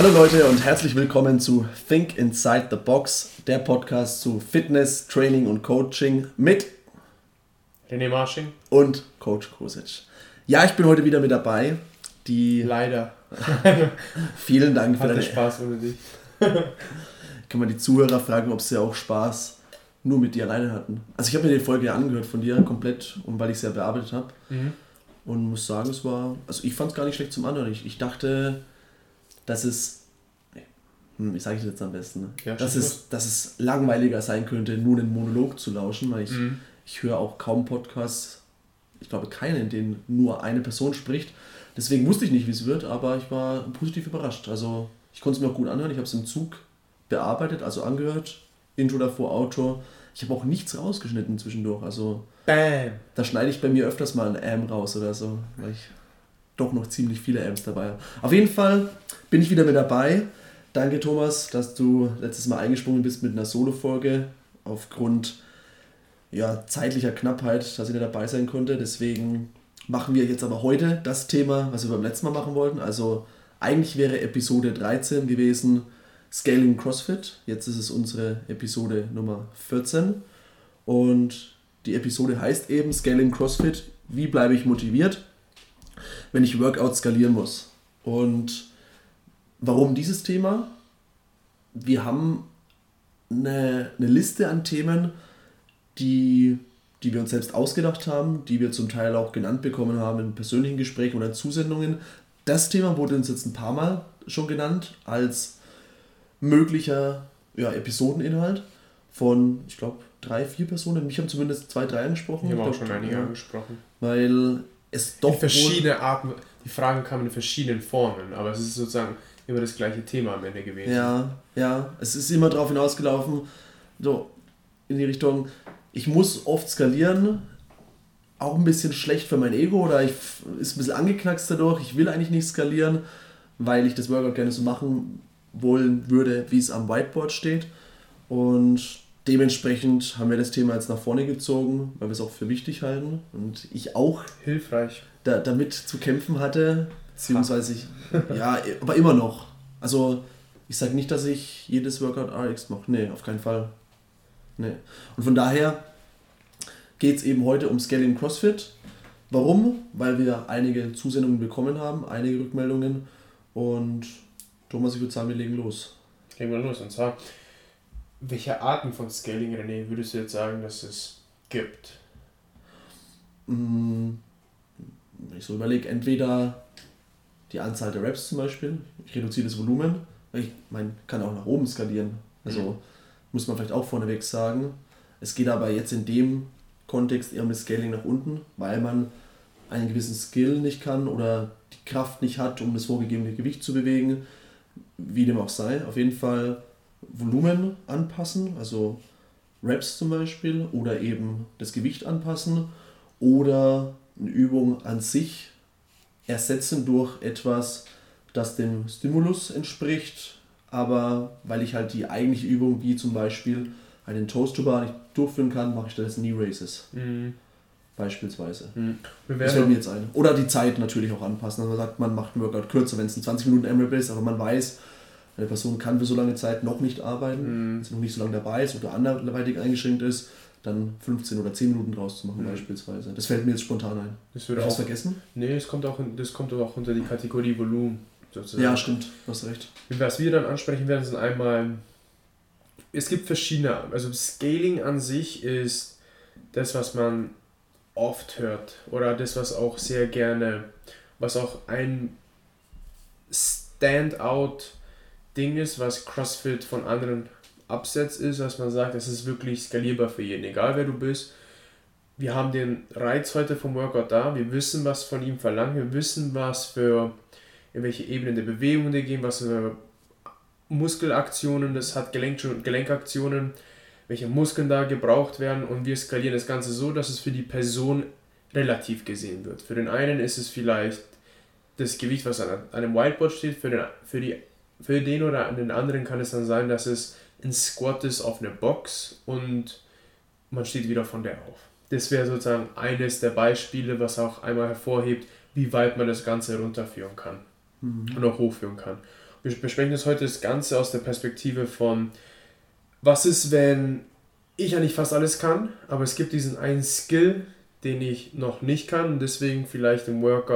Hallo Leute und herzlich willkommen zu Think Inside the Box, der Podcast zu Fitness, Training und Coaching mit René Marsching und Coach Kosic. Ja, ich bin heute wieder mit dabei. Leider. Vielen Dank für deine... Hatte Spaß ohne dich. Kann man die Zuhörer fragen, ob sie auch Spaß nur mit dir alleine hatten. Also ich habe mir die Folge angehört von dir komplett, und weil ich sie ja bearbeitet habe. Und muss sagen, ich fand es gar nicht schlecht zum Anhören. Ich dachte, dass es, wie sage ich das jetzt am besten, ja, dass es langweiliger sein könnte, nur einen Monolog zu lauschen, weil ich höre auch kaum Podcasts, ich glaube keinen, in denen nur eine Person spricht. Deswegen wusste ich nicht, wie es wird, aber ich war positiv überrascht. Also ich konnte es mir auch gut anhören, ich habe es im Zug bearbeitet, also angehört, Intro davor, Outro. Ich habe auch nichts rausgeschnitten zwischendurch, also Bam! Da schneide ich bei mir öfters mal ein raus oder so, weil ich doch noch ziemlich viele dabei habe. Auf jeden Fall bin ich wieder mit dabei. Danke Thomas, dass du letztes Mal eingesprungen bist mit einer Solo-Folge aufgrund zeitlicher Knappheit, dass ich nicht dabei sein konnte. Deswegen machen wir jetzt aber heute das Thema, was wir beim letzten Mal machen wollten. Also eigentlich wäre Episode 13 gewesen, Scaling CrossFit. Jetzt ist es unsere Episode Nummer 14 und die Episode heißt eben Scaling CrossFit. Wie bleibe ich motiviert, wenn ich Workout skalieren muss? Und warum dieses Thema? Wir haben eine Liste an Themen, die wir uns selbst ausgedacht haben, die wir zum Teil auch genannt bekommen haben in persönlichen Gesprächen oder Zusendungen. Das Thema wurde uns jetzt ein paar Mal schon genannt als möglicher Episodeninhalt von, ich glaube, 3-4 Personen. Mich haben zumindest 2-3 angesprochen. Ich habe auch schon einige angesprochen. Weil es doch... In verschiedene Arten, die Fragen kamen in verschiedenen Formen, aber es ist sozusagen immer das gleiche Thema am Ende gewesen. Ja, es ist immer darauf hinausgelaufen, so in die Richtung, ich muss oft skalieren, auch ein bisschen schlecht für mein Ego oder ist ein bisschen angeknackst dadurch, ich will eigentlich nicht skalieren, weil ich das Workout gerne so machen wollen würde, wie es am Whiteboard steht, und dementsprechend haben wir das Thema jetzt nach vorne gezogen, weil wir es auch für wichtig halten und ich auch hilfreich damit zu kämpfen hatte, beziehungsweise aber immer noch. Also ich sage nicht, dass ich jedes Workout RX mache, nee, auf keinen Fall. Nee. Und von daher geht es eben heute um Scaling CrossFit. Warum? Weil wir einige Zusendungen bekommen haben, einige Rückmeldungen, und Thomas, ich würde sagen, wir legen los. Legen wir los, und zwar, welche Arten von Scaling, René, würdest du jetzt sagen, dass es gibt? Wenn ich so überlege, entweder die Anzahl der Reps zum Beispiel, ich reduziere das Volumen, ich kann auch nach oben skalieren, also muss man vielleicht auch vorneweg sagen. Es geht aber jetzt in dem Kontext eher um das Scaling nach unten, weil man einen gewissen Skill nicht kann oder die Kraft nicht hat, um das vorgegebene Gewicht zu bewegen, wie dem auch sei. Auf jeden Fall Volumen anpassen, also Reps zum Beispiel, oder eben das Gewicht anpassen oder eine Übung an sich ersetzen durch etwas, das dem Stimulus entspricht, aber weil ich halt die eigentliche Übung, wie zum Beispiel einen Toast to Bar, nicht durchführen kann, mache ich das Knee Raises. Beispielsweise. Das fällt mir jetzt ein. Oder die Zeit natürlich auch anpassen. Also man sagt, man macht einen Workout kürzer, wenn es ein 20 Minuten AMRAP ist, aber man weiß, eine Person kann für so lange Zeit noch nicht arbeiten, wenn sie noch nicht so lange dabei ist oder anderweitig eingeschränkt ist, dann 15 oder 10 Minuten draus zu machen beispielsweise. Das fällt mir jetzt spontan ein. Das würde was vergessen? Nee, das kommt auch unter die Kategorie Volumen. Sozusagen. Ja, stimmt, du hast recht. Was wir dann ansprechen werden, sind einmal, es gibt verschiedene, also Scaling an sich ist das, was man oft hört oder das, was auch sehr gerne, was auch ein Standout-Ding ist, was CrossFit von anderen absetzt ist, was man sagt, es ist wirklich skalierbar für jeden, egal wer du bist. Wir haben den Reiz heute vom Workout da, wir wissen, was von ihm verlangt, wir wissen, in welche Ebenen der Bewegung der gehen, was für Muskelaktionen das hat, Gelenkaktionen, welche Muskeln da gebraucht werden, und wir skalieren das Ganze so, dass es für die Person relativ gesehen wird. Für den einen ist es vielleicht das Gewicht, was an einem Whiteboard steht, für den oder den anderen kann es dann sein, dass es ein Squat ist auf einer Box und man steht wieder von der auf. Das wäre sozusagen eines der Beispiele, was auch einmal hervorhebt, wie weit man das Ganze runterführen kann und auch hochführen kann. Wir besprechen jetzt heute das Ganze aus der Perspektive von, was ist, wenn ich eigentlich fast alles kann, aber es gibt diesen einen Skill, den ich noch nicht kann und deswegen vielleicht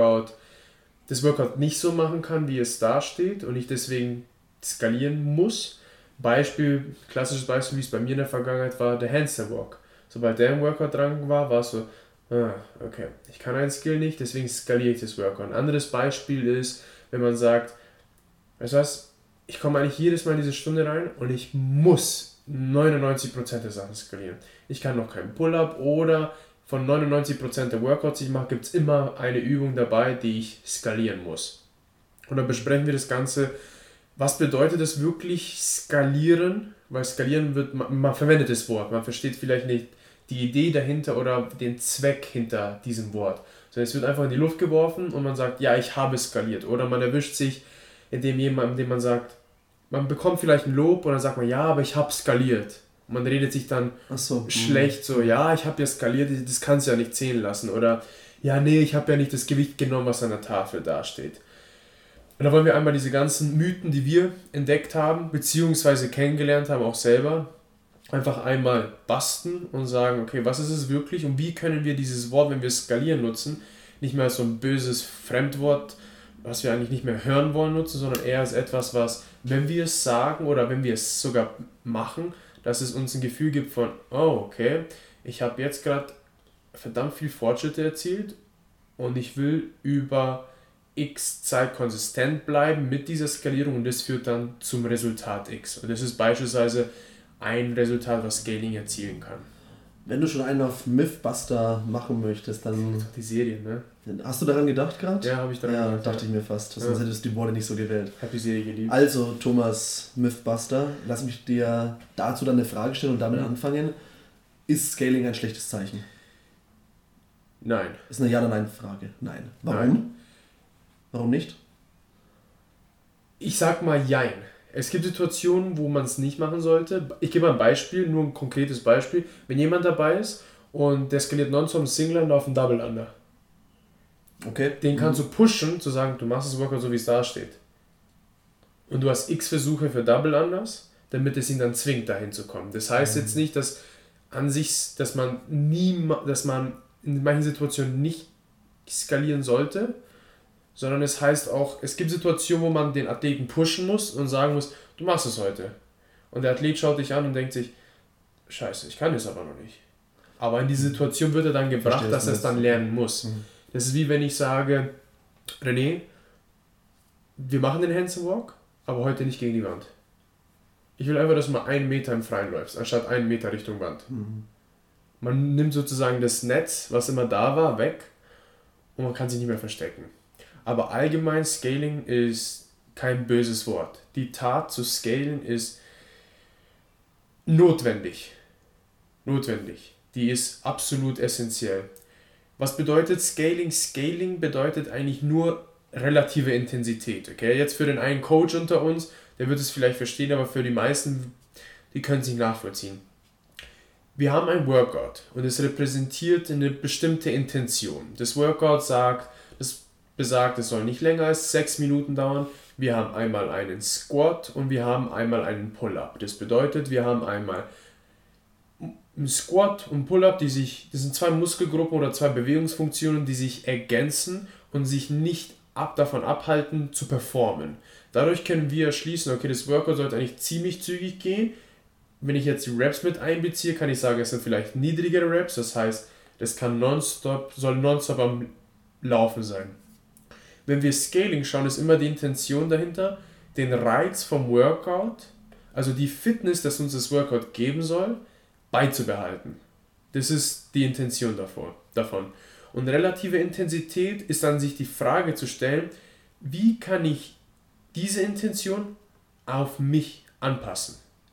das Workout nicht so machen kann, wie es da steht und ich deswegen skalieren muss. Klassisches Beispiel, wie es bei mir in der Vergangenheit war, der Handstand Walk. Sobald der im Workout dran war, war es so, okay, ich kann einen Skill nicht, deswegen skaliere ich das Workout. Ein anderes Beispiel ist, wenn man sagt, weißt du was, ich komme eigentlich jedes Mal in diese Stunde rein und ich muss 99% der Sachen skalieren. Ich kann noch keinen Pull-Up oder von 99% der Workouts, die ich mache, gibt es immer eine Übung dabei, die ich skalieren muss. Und dann besprechen wir das Ganze, was bedeutet es wirklich skalieren? Weil skalieren wird, man verwendet das Wort, man versteht vielleicht nicht die Idee dahinter oder den Zweck hinter diesem Wort. Sondern es wird einfach in die Luft geworfen und man sagt, ja, ich habe skaliert. Oder man erwischt sich indem man sagt, man bekommt vielleicht ein Lob und dann sagt man, ja, aber ich habe skaliert. Und man redet sich dann schlecht so, ja, ich habe ja skaliert, das kannst du ja nicht zählen lassen. Oder, ja, nee, ich habe ja nicht das Gewicht genommen, was an der Tafel dasteht. Und da wollen wir einmal diese ganzen Mythen, die wir entdeckt haben, beziehungsweise kennengelernt haben, auch selber, einfach einmal basten und sagen, okay, was ist es wirklich und wie können wir dieses Wort, wenn wir skalieren nutzen, nicht mehr als so ein böses Fremdwort, was wir eigentlich nicht mehr hören wollen, nutzen, sondern eher als etwas, was, wenn wir es sagen oder wenn wir es sogar machen, dass es uns ein Gefühl gibt von, oh, okay, ich habe jetzt gerade verdammt viel Fortschritte erzielt und ich will über x Zeit konsistent bleiben mit dieser Skalierung und das führt dann zum Resultat x. Und das ist beispielsweise ein Resultat, was Scaling erzielen kann. Wenn du schon einen auf Mythbuster machen möchtest, dann... Die Serie, ne? Hast du daran gedacht gerade? Ja, habe ich daran gedacht. Ja, dachte ich mir fast. Sonst hättest du die Worte nicht so gewählt. Ich habe die Serie geliebt. Also, Thomas Mythbuster, lass mich dir dazu dann eine Frage stellen und damit anfangen. Ist Scaling ein schlechtes Zeichen? Nein. Ist eine Ja-oder-Nein-Frage. Nein. Warum? Nein. Warum nicht? Ich sag mal Jein. Es gibt Situationen, wo man es nicht machen sollte. Ich gebe mal ein Beispiel, nur ein konkretes Beispiel. Wenn jemand dabei ist und der skaliert nonstop einen Single Under auf einen Double Under. Okay. Den kannst du pushen, zu sagen, du machst das Workout so, wie es da steht. Und du hast x Versuche für Double Unders, damit es ihn dann zwingt, dahin zu kommen. Das heißt jetzt nicht, dass man in manchen Situationen nicht skalieren sollte, sondern es heißt auch, es gibt Situationen, wo man den Athleten pushen muss und sagen muss, du machst es heute. Und der Athlet schaut dich an und denkt sich, scheiße, ich kann das aber noch nicht. Aber in diese Situation wird er dann gebracht, dass er es dann lernen muss. Das ist wie wenn ich sage, René, wir machen den Handstand Walk, aber heute nicht gegen die Wand. Ich will einfach, dass du mal 1 Meter im Freien läufst, anstatt 1 Meter Richtung Wand. Man nimmt sozusagen das Netz, was immer da war, weg und man kann sich nicht mehr verstecken. Aber allgemein, Scaling ist kein böses Wort. Die Tat zu scalen ist notwendig. Die ist absolut essentiell. Was bedeutet Scaling? Scaling bedeutet eigentlich nur relative Intensität. Okay? Jetzt für den einen Coach unter uns, der wird es vielleicht verstehen, aber für die meisten, die können es nicht nachvollziehen. Wir haben ein Workout und es repräsentiert eine bestimmte Intention. Das Workout besagt, es soll nicht länger als 6 Minuten dauern. Wir haben einmal einen Squat und wir haben einmal einen Pull-Up. Das bedeutet, wir haben einmal einen Squat und Pull-Up, das sind 2 Muskelgruppen oder 2 Bewegungsfunktionen, die sich ergänzen und sich nicht davon abhalten zu performen. Dadurch können wir schließen, okay, das Workout sollte eigentlich ziemlich zügig gehen. Wenn ich jetzt die Reps mit einbeziehe, kann ich sagen, es sind vielleicht niedrigere Reps, das heißt, das soll nonstop am Laufen sein. Wenn wir Scaling schauen, ist immer die Intention dahinter, den Reiz vom Workout, also die Fitness, das uns das Workout geben soll, beizubehalten. Das ist die Intention davon. Und relative Intensität ist dann sich die Frage zu stellen, wie kann ich diese Intention auf mich anpassen?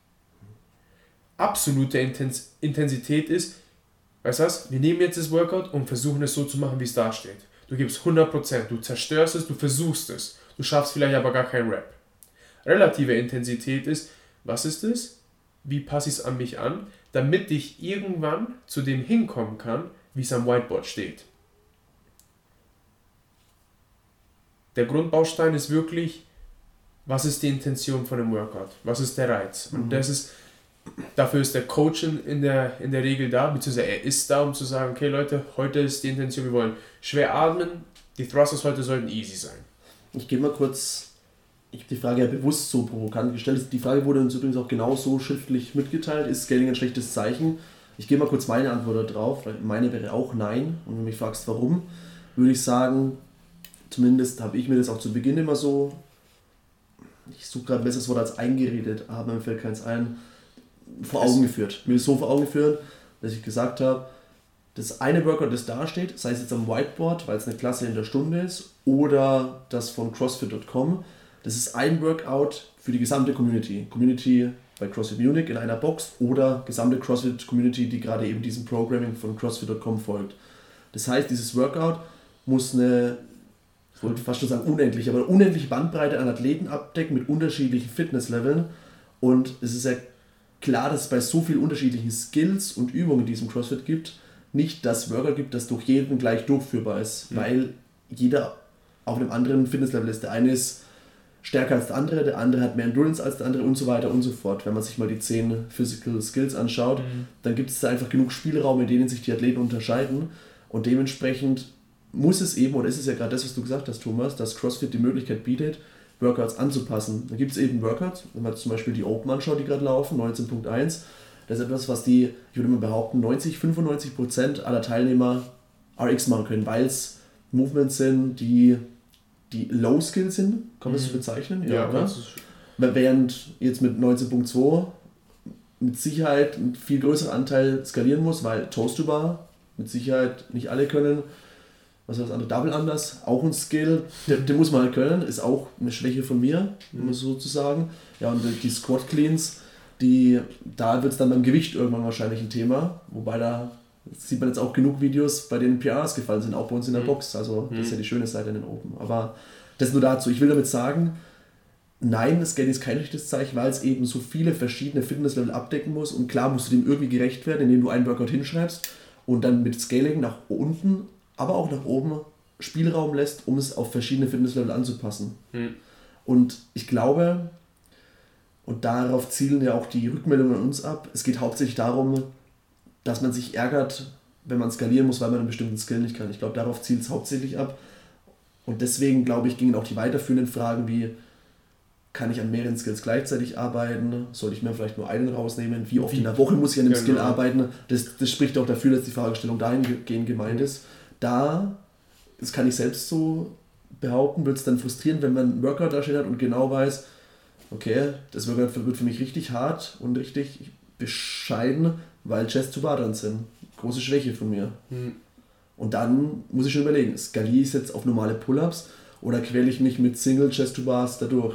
Absolute Intensität ist, weißt du was, wir nehmen jetzt das Workout und versuchen es so zu machen, wie es da steht. Du gibst 100%, du zerstörst es, du versuchst es. Du schaffst vielleicht aber gar keinen Rep. Relative Intensität ist, was ist es? Wie passe ich es an mich an, damit ich irgendwann zu dem hinkommen kann, wie es am Whiteboard steht. Der Grundbaustein ist wirklich was ist die Intention von dem Workout? Was ist der Reiz? Und dafür ist der Coach in der Regel da, beziehungsweise er ist da, um zu sagen, okay Leute, heute ist die Intention, wir wollen schwer atmen, die Thrusters heute sollten easy sein. Ich gehe mal kurz, ich habe die Frage ja bewusst so provokant gestellt, die Frage wurde uns übrigens auch genauso schriftlich mitgeteilt, ist Scaling ein schlechtes Zeichen? Ich gebe mal kurz meine Antwort darauf, weil meine wäre auch nein, und wenn du mich fragst warum, würde ich sagen, zumindest habe ich mir das auch zu Beginn immer so, ich suche gerade ein besseres Wort als eingeredet, aber mir fällt keins ein, vor Augen geführt. Mir ist so vor Augen geführt, dass ich gesagt habe, das eine Workout, das da steht, sei es jetzt am Whiteboard, weil es eine Klasse in der Stunde ist, oder das von CrossFit.com, das ist ein Workout für die gesamte Community. Community bei CrossFit Munich in einer Box oder gesamte CrossFit-Community, die gerade eben diesem Programming von CrossFit.com folgt. Das heißt, dieses Workout muss eine, ich wollte fast schon sagen unendlich, aber eine unendliche Bandbreite an Athleten abdecken mit unterschiedlichen Fitnessleveln, und es ist ja klar, dass es bei so vielen unterschiedlichen Skills und Übungen, die es im CrossFit gibt, nicht das Workout gibt, das durch jeden gleich durchführbar ist, weil jeder auf einem anderen Fitnesslevel ist. Der eine ist stärker als der andere hat mehr Endurance als der andere und so weiter und so fort. Wenn man sich mal die 10 Physical Skills anschaut, dann gibt es da einfach genug Spielraum, in denen sich die Athleten unterscheiden, und dementsprechend muss es eben, oder ist es ja gerade das, was du gesagt hast, Thomas, dass CrossFit die Möglichkeit bietet, Workouts anzupassen. Da gibt es eben Workouts, wenn man zum Beispiel die Open anschaut, die gerade laufen, 19.1, das ist etwas, was ich würde mal behaupten, 90-95% aller Teilnehmer RX machen können, weil es Movements sind, die Low Skill sind, kann man das so bezeichnen? Ja, oder? Während jetzt mit 19.2 mit Sicherheit ein viel größerer Anteil skalieren muss, weil Toast to Bar mit Sicherheit nicht alle können. Was ist das andere? Double Unders, auch ein Skill, den muss man halt können, ist auch eine Schwäche von mir, um es so zu sagen. Ja, und die Squat Cleans, da wird es dann beim Gewicht irgendwann wahrscheinlich ein Thema, wobei da sieht man jetzt auch genug Videos, bei denen PRs gefallen sind, auch bei uns in der Box, also das ist ja die schöne Seite in den Open. Aber das nur dazu, ich will damit sagen, nein, das Scaling ist kein schlechtes Zeichen, weil es eben so viele verschiedene Fitnesslevel abdecken muss, und klar musst du dem irgendwie gerecht werden, indem du einen Workout hinschreibst und dann mit Scaling nach unten, aber auch nach oben Spielraum lässt, um es auf verschiedene Fitnesslevel anzupassen. Und ich glaube, und darauf zielen ja auch die Rückmeldungen an uns ab, es geht hauptsächlich darum, dass man sich ärgert, wenn man skalieren muss, weil man einen bestimmten Skill nicht kann. Ich glaube, darauf zielt es hauptsächlich ab. Und deswegen, glaube ich, gingen auch die weiterführenden Fragen wie, kann ich an mehreren Skills gleichzeitig arbeiten? Sollte ich mir vielleicht nur einen rausnehmen? Wie oft in der Woche muss ich an dem Skill arbeiten? Das spricht auch dafür, dass die Fragestellung dahingehend gemeint ist. Das kann ich selbst so behaupten, wird es dann frustrieren, wenn man einen Workout da stehen hat und genau weiß, okay, das Workout wird für mich richtig hart und richtig bescheiden, weil Chest to Bar dran sind. Große Schwäche von mir. Und dann muss ich schon überlegen, skaliere ich es jetzt auf normale Pull-Ups oder quäle ich mich mit Single Chest to Bars dadurch?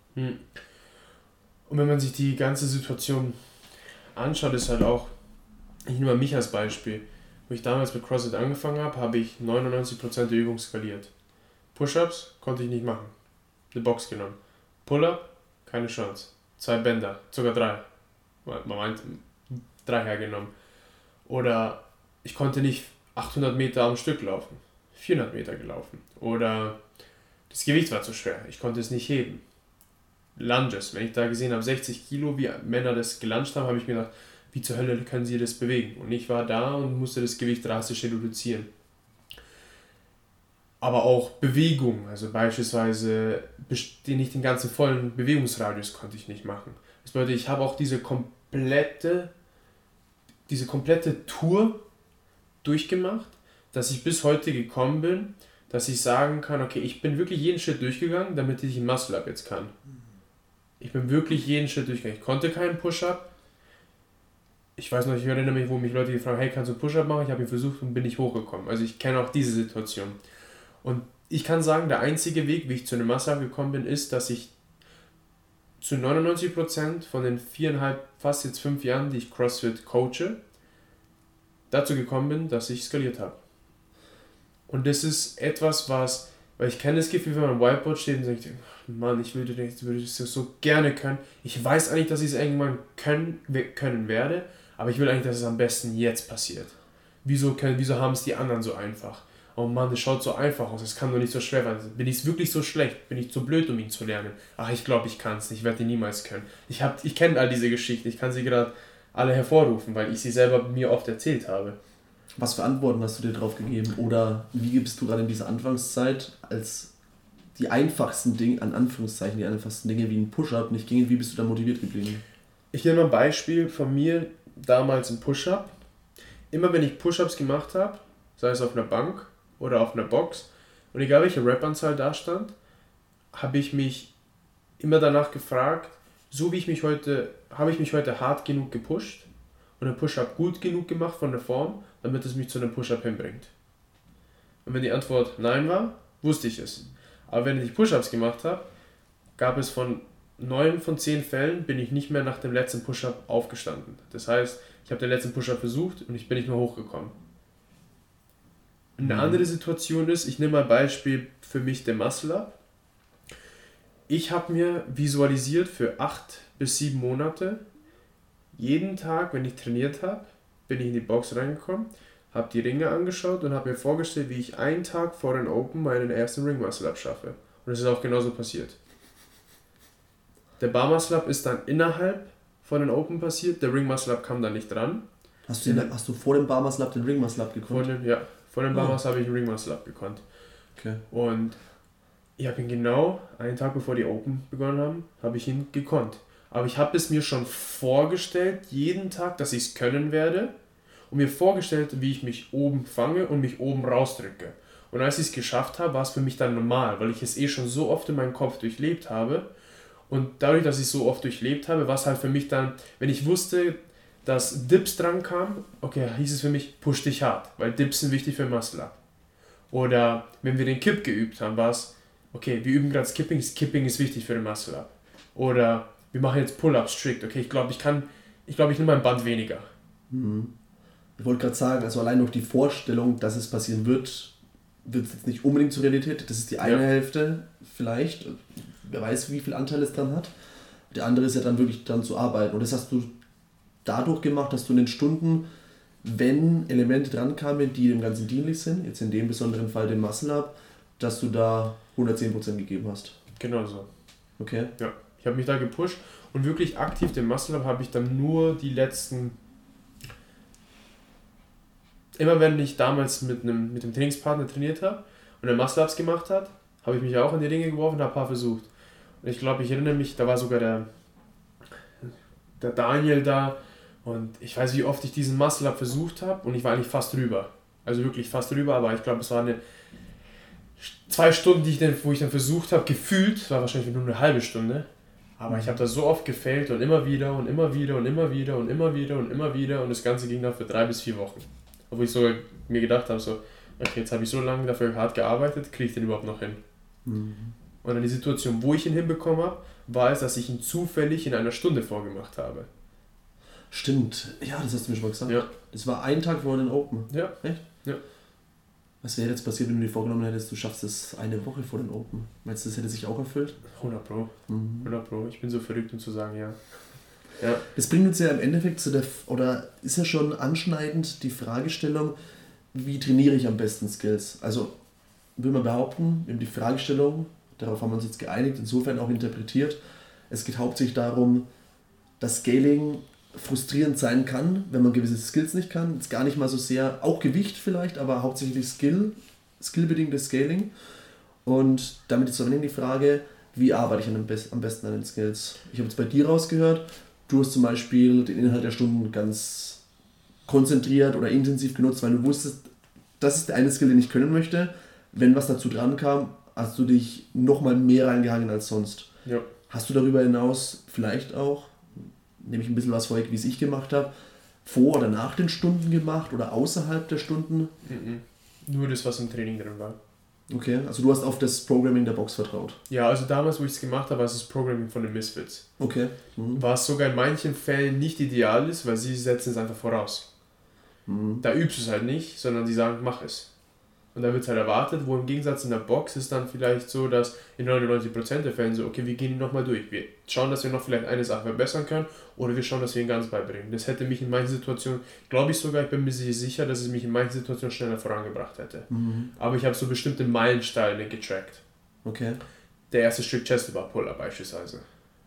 Und wenn man sich die ganze Situation anschaut, ist halt auch, ich nehme mal mich als Beispiel, wo ich damals mit CrossFit angefangen habe, habe ich 99% der Übung skaliert. Push-Ups konnte ich nicht machen. Eine Box genommen. Pull-Up, keine Chance. 2 Bänder, sogar 3. Man meint 3 hergenommen. Oder ich konnte nicht 800 Meter am Stück laufen. 400 Meter gelaufen. Oder das Gewicht war zu schwer. Ich konnte es nicht heben. Lunges, wenn ich da gesehen habe, 60 Kilo, wie Männer das geluncht haben, habe ich mir gedacht, wie zur Hölle können sie das bewegen? Und ich war da und musste das Gewicht drastisch reduzieren. Aber auch Bewegung, also beispielsweise nicht den ganzen vollen Bewegungsradius konnte ich nicht machen. Das bedeutet, ich habe auch diese komplette Tour durchgemacht, dass ich bis heute gekommen bin, dass ich sagen kann, okay, ich bin wirklich jeden Schritt durchgegangen, damit ich einen Muscle-Up jetzt kann. Ich bin wirklich jeden Schritt durchgegangen. Ich konnte keinen Push-Up. Ich weiß noch, ich erinnere mich, wo mich Leute gefragt haben, hey, kannst du einen Push-Up machen? Ich habe ihn versucht und bin nicht hochgekommen. Also ich kenne auch diese Situation. Und ich kann sagen, der einzige Weg, wie ich zu einem Muscle-Up gekommen bin, ist, dass ich zu 99% von den 4,5, fast jetzt 5 Jahren, die ich CrossFit coache, dazu gekommen bin, dass ich skaliert habe. Und das ist etwas, weil ich kenne das Gefühl, wenn man am Whiteboard steht und sagt, Mann, ich würde das so gerne können. Ich weiß eigentlich, dass ich es irgendwann können werde, aber ich will eigentlich, dass es am besten jetzt passiert. Wieso haben es die anderen so einfach? oh Mann, das schaut so einfach aus, es kann doch nicht so schwer sein. Bin ich wirklich so schlecht? Bin ich zu blöd, um ihn zu lernen? Ach, ich glaube, ich kann es nicht, ich werde ihn niemals können. Ich kenne all diese Geschichten, ich kann sie gerade alle hervorrufen, weil ich sie selber mir oft erzählt habe. Was für Antworten hast du dir drauf gegeben? Oder wie gibst du gerade in dieser Anfangszeit als die einfachsten Dinge, an Anführungszeichen, die einfachsten Dinge wie ein Push-Up nicht gingen, wie bist du da motiviert geblieben? Ich nehme mal ein Beispiel von mir, damals ein Push-Up. Immer wenn ich Push-Ups gemacht habe, sei es auf einer Bank oder auf einer Box, und egal welche Rep-Anzahl da stand, habe ich mich immer danach gefragt, so wie ich mich heute, habe ich mich heute hart genug gepusht und ein Push-Up gut genug gemacht von der Form, damit es mich zu einem Push-Up hinbringt. Und wenn die Antwort nein war, wusste ich es. Aber wenn ich Push-Ups gemacht habe, gab es von 9 von 10 Fällen bin ich nicht mehr nach dem letzten Push-Up aufgestanden. Das heißt, ich habe den letzten Push-Up versucht und ich bin nicht mehr hochgekommen. Eine andere Situation ist, ich nehme mal ein Beispiel für mich, der Muscle-Up. Ich habe mir visualisiert für 8 bis 7 Monate, jeden Tag, wenn ich trainiert habe, bin ich in die Box reingekommen, habe die Ringe angeschaut und habe mir vorgestellt, wie ich einen Tag vor den Open meinen ersten Ring Muscle-Up schaffe. Und es ist auch genauso passiert. Der Bar Muscle-Up ist dann innerhalb von den Open passiert, der Ring Muscle-Up kam dann nicht dran. Hast du vor dem Bar Muscle-Up den Ring Muscle-Up gekonnt? Vor dem Bar Muscle-Up habe ich den Ring Muscle-Up gekonnt. Okay. Und ich habe ihn genau einen Tag bevor die Open begonnen haben, habe ich ihn gekonnt. Aber ich habe es mir schon vorgestellt, jeden Tag, dass ich es können werde und mir vorgestellt, wie ich mich oben fange und mich oben rausdrücke. Und als ich es geschafft habe, war es für mich dann normal, weil ich es schon so oft in meinem Kopf durchlebt habe. Und dadurch, dass ich es so oft durchlebt habe, war es halt für mich dann, wenn ich wusste, dass Dips dran kam, okay, hieß es für mich, push dich hart, weil Dips sind wichtig für Muscle-Up. Oder wenn wir den Kip geübt haben, war es, okay, wir üben gerade Skipping, Skipping ist wichtig für den Muscle-Up. Oder wir machen jetzt Pull-Ups strict, okay, ich glaube, ich nehme mein Band weniger. Ich wollte gerade sagen, also allein durch die Vorstellung, dass es passieren wird es jetzt nicht unbedingt zur Realität. Das ist die eine Hälfte vielleicht, wer weiß, wie viel Anteil es dann hat. Der andere ist ja dann wirklich dran zu arbeiten. Und das hast du dadurch gemacht, dass du in den Stunden, wenn Elemente dran kamen, die dem Ganzen dienlich sind, jetzt in dem besonderen Fall den Muscle-Up, dass du da 110% gegeben hast. Genau so. Okay. Ja, ich habe mich da gepusht und wirklich aktiv den Muscle-Up habe ich dann nur die letzten... Immer wenn ich damals mit dem Trainingspartner trainiert habe und er Muscle-Ups gemacht hat, habe ich mich auch in die Ringe geworfen und habe ein paar versucht. Und ich glaube, ich erinnere mich, da war sogar der Daniel da und ich weiß, wie oft ich diesen Muscle-Up versucht habe und ich war eigentlich fast drüber. Also wirklich fast drüber, aber ich glaube, es war 2 Stunden, wo ich dann versucht habe, gefühlt, war wahrscheinlich nur eine halbe Stunde, aber ich habe da so oft gefailt und immer wieder und immer wieder und immer wieder und immer wieder und immer wieder und das Ganze ging dann für 3 bis 4 Wochen. Obwohl ich so mir gedacht habe, so, okay, jetzt habe ich so lange dafür hart gearbeitet, kriege ich den überhaupt noch hin? Und dann die Situation, wo ich ihn hinbekommen habe, war es, dass ich ihn zufällig in einer Stunde vorgemacht habe. Stimmt, ja, das hast du mir schon mal gesagt. Ja. Es war ein Tag vor den Open. Ja. Echt? Ja. Was wäre jetzt passiert, wenn du dir vorgenommen hättest, du schaffst es eine Woche vor den Open? Meinst du, das hätte sich auch erfüllt? 100 Pro. 100 Pro. Ich bin so verrückt, um zu sagen, ja. Ja. Das bringt uns ja im Endeffekt zu oder ist ja schon anschneidend die Fragestellung, wie trainiere ich am besten Skills? Also, will man behaupten, eben die Fragestellung, darauf haben wir uns jetzt geeinigt, insofern auch interpretiert, es geht hauptsächlich darum, dass Scaling frustrierend sein kann, wenn man gewisse Skills nicht kann. Jetzt gar nicht mal so sehr, auch Gewicht vielleicht, aber hauptsächlich skillbedingtes Scaling. Und damit ist dann die Frage, wie arbeite ich am besten an den Skills? Ich habe jetzt bei dir rausgehört, du hast zum Beispiel den Inhalt der Stunden ganz konzentriert oder intensiv genutzt, weil du wusstest, das ist der eine Skill, den ich können möchte. Wenn was dazu dran kam, hast du dich nochmal mehr reingehangen als sonst. Ja. Hast du darüber hinaus vielleicht auch, nehme ich ein bisschen was vorweg, wie es ich gemacht habe, vor oder nach den Stunden gemacht oder außerhalb der Stunden? Nur das, was im Training drin war. Okay, also du hast auf das Programming der Box vertraut. Ja, also damals, wo ich es gemacht habe, war es das Programming von den Misfits. Okay. Was sogar in manchen Fällen nicht ideal ist, weil sie setzen es einfach voraus. Da übst du es halt nicht, sondern sie sagen, mach es. Und da wird es halt erwartet, wo im Gegensatz in der Box ist dann vielleicht so, dass in 99% der Fälle so, okay, wir gehen die nochmal durch. Wir schauen, dass wir noch vielleicht eine Sache verbessern können oder wir schauen, dass wir ihn ganz beibringen. Das hätte mich in manchen Situationen, glaube ich sogar, ich bin mir sicher, dass es mich in manchen Situationen schneller vorangebracht hätte. Aber ich habe so bestimmte Meilensteine getrackt. Okay. Der erste Stück Chest-Bar Pull-Up beispielsweise.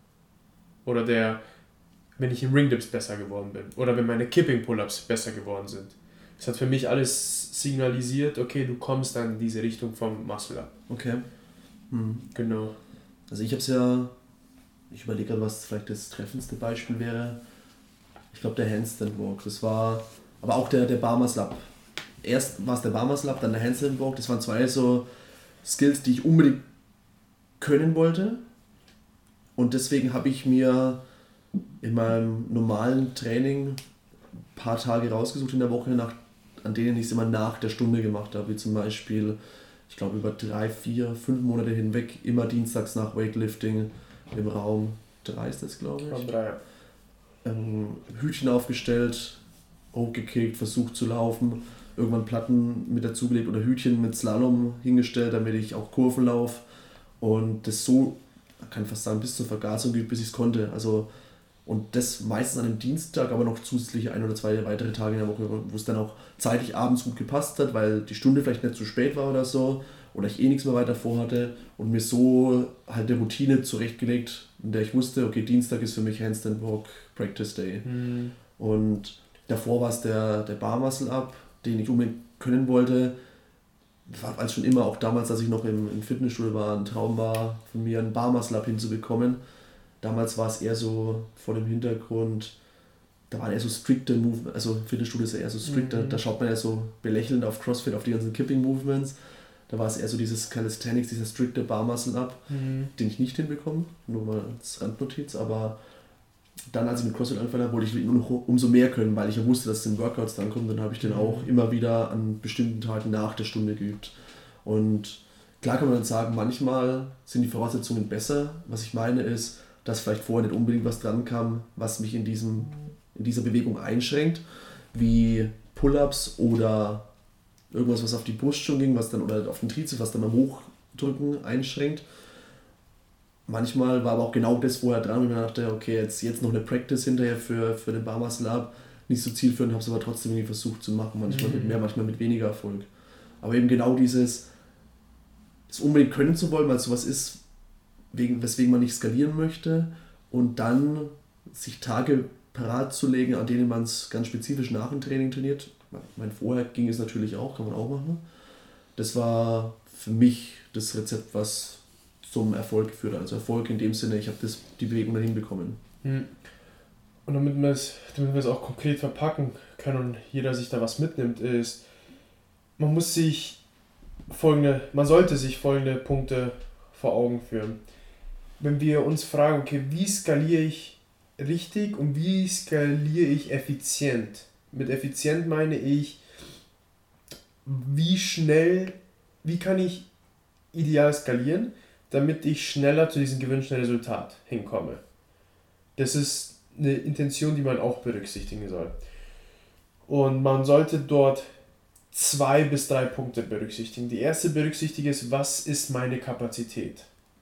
Oder wenn ich im Ring-Dips besser geworden bin. Oder wenn meine Kipping-Pull-Ups besser geworden sind. Das hat für mich alles signalisiert, okay, du kommst dann in diese Richtung vom Muscle-Up. Okay. Genau. Also ich überlege gerade, was vielleicht das treffendste Beispiel wäre. Ich glaube der Handstand Walk. Das war, aber auch der Bar Muscle Up. Erst war es der Bar Muscle Up, dann der Handstand Walk. Das waren zwei so Skills, die ich unbedingt können wollte. Und deswegen habe ich mir in meinem normalen Training ein paar Tage rausgesucht in der Woche, an denen ich es immer nach der Stunde gemacht habe. Wie zum Beispiel, ich glaube über 3, 4, 5 Monate hinweg, immer dienstags nach Weightlifting im Raum 3 ist das, glaube ich. Raum 3, ja. Hütchen aufgestellt, hochgekickt, versucht zu laufen, irgendwann Platten mit dazugelegt oder Hütchen mit Slalom hingestellt, damit ich auch Kurven laufe. Und das so, man kann fast sagen, bis zur Vergasung geübt, bis ich es konnte. Also, und das meistens an einem Dienstag, aber noch zusätzliche 1 oder 2 weitere Tage in der Woche, wo es dann auch zeitlich abends gut gepasst hat, weil die Stunde vielleicht nicht zu spät war oder so, oder ich nichts mehr weiter vorhatte und mir so halt eine Routine zurechtgelegt, in der ich wusste, okay, Dienstag ist für mich Handstand Walk Practice Day. Und davor war es der Bar Muscle Up, den ich unbedingt können wollte. War als schon immer, auch damals, als ich noch im Fitnessstudio war, ein Traum war von mir, einen Bar Muscle Up hinzubekommen. Damals war es eher so vor dem Hintergrund, da waren eher so strikte Movements, also Fitnessstudio ist ja eher so strikt, da schaut man ja so belächelnd auf CrossFit, auf die ganzen Kipping Movements. Da war es eher so dieses Calisthenics, dieser strikte Bar Muscle Up, den ich nicht hinbekomme, nur mal als Randnotiz, aber dann, als ich mit CrossFit angefangen habe, wollte ich nur noch umso mehr können, weil ich ja wusste, dass es in Workouts dann kommt, dann habe ich den auch immer wieder an bestimmten Tagen nach der Stunde geübt. Und klar kann man dann sagen, manchmal sind die Voraussetzungen besser. Was ich meine ist, dass vielleicht vorher nicht unbedingt was dran kam, was mich in dieser Bewegung einschränkt, wie Pull-Ups oder irgendwas, was auf die Brust schon ging, was dann, oder auf den Trizeps, was dann beim Hochdrücken einschränkt. Manchmal war aber auch genau das vorher dran, und ich dachte, okay, jetzt noch eine Practice hinterher für den Bar Muscle Up, nicht so zielführend, habe es aber trotzdem irgendwie versucht zu machen, manchmal mit mehr, manchmal mit weniger Erfolg. Aber eben genau das unbedingt können zu wollen, weil es sowas ist, weswegen man nicht skalieren möchte, und dann sich Tage parat zu legen, an denen man es ganz spezifisch nach dem Training trainiert. Ich meine, vorher ging es natürlich auch, kann man auch machen. Das war für mich das Rezept, was zum Erfolg geführt hat. Also Erfolg in dem Sinne, ich habe die Bewegung dann hinbekommen. Und damit wir es auch konkret verpacken können und jeder sich da was mitnimmt, ist, man sollte sich folgende Punkte vor Augen führen. Wenn wir uns fragen, okay, wie skaliere ich richtig und wie skaliere ich effizient? Mit effizient meine ich, wie kann ich ideal skalieren, damit ich schneller zu diesem gewünschten Resultat hinkomme. Das ist eine Intention, die man auch berücksichtigen soll. Und man sollte dort 2 bis 3 Punkte berücksichtigen. Die erste berücksichtige ist, was ist meine Kapazität?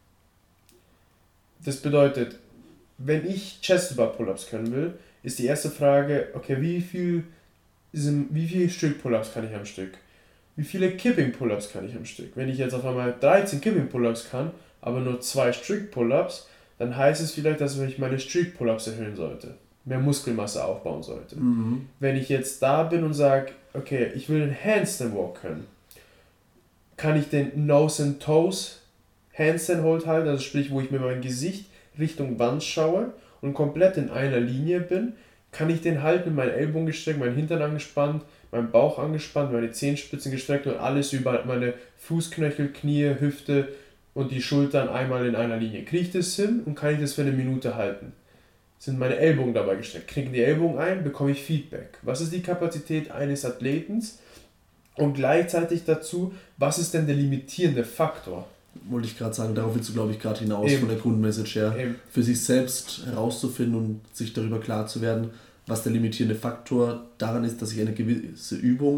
Das bedeutet, wenn ich Chest-Bar Pull-Ups können will, ist die erste Frage, okay, wie viel Stück Pull-Ups kann ich am Stück? Wie viele Kipping Pull-Ups kann ich am Stück? Wenn ich jetzt auf einmal 13 Kipping Pull-Ups kann, aber nur 2 Strict Pull-Ups, dann heißt es vielleicht, dass ich meine Strict Pull-Ups erhöhen sollte. Mehr Muskelmasse aufbauen sollte. Wenn ich jetzt da bin und sage, okay, ich will den Handstand Walk können, kann ich den Nose and Toes Handstand Hold halten, also sprich, wo ich mit meinem Gesicht Richtung Wand schaue und komplett in einer Linie bin, kann ich den halten, mit meinen Ellbogen gestreckt, meinen Hintern angespannt, meinen Bauch angespannt, meine Zehenspitzen gestreckt und alles über meine Fußknöchel, Knie, Hüfte und die Schultern einmal in einer Linie. Kriege ich das hin und kann ich das für eine Minute halten? Sind meine Ellbogen dabei gestreckt? Knicken die Ellbogen ein, bekomme ich Feedback. Was ist die Kapazität eines Athleten? Und gleichzeitig dazu, was ist denn der limitierende Faktor? Wollte ich gerade sagen, darauf willst du, glaube ich, gerade hinaus von der Grundmessage her. Für sich selbst herauszufinden und sich darüber klar zu werden, was der limitierende Faktor daran ist, dass ich eine gewisse Übung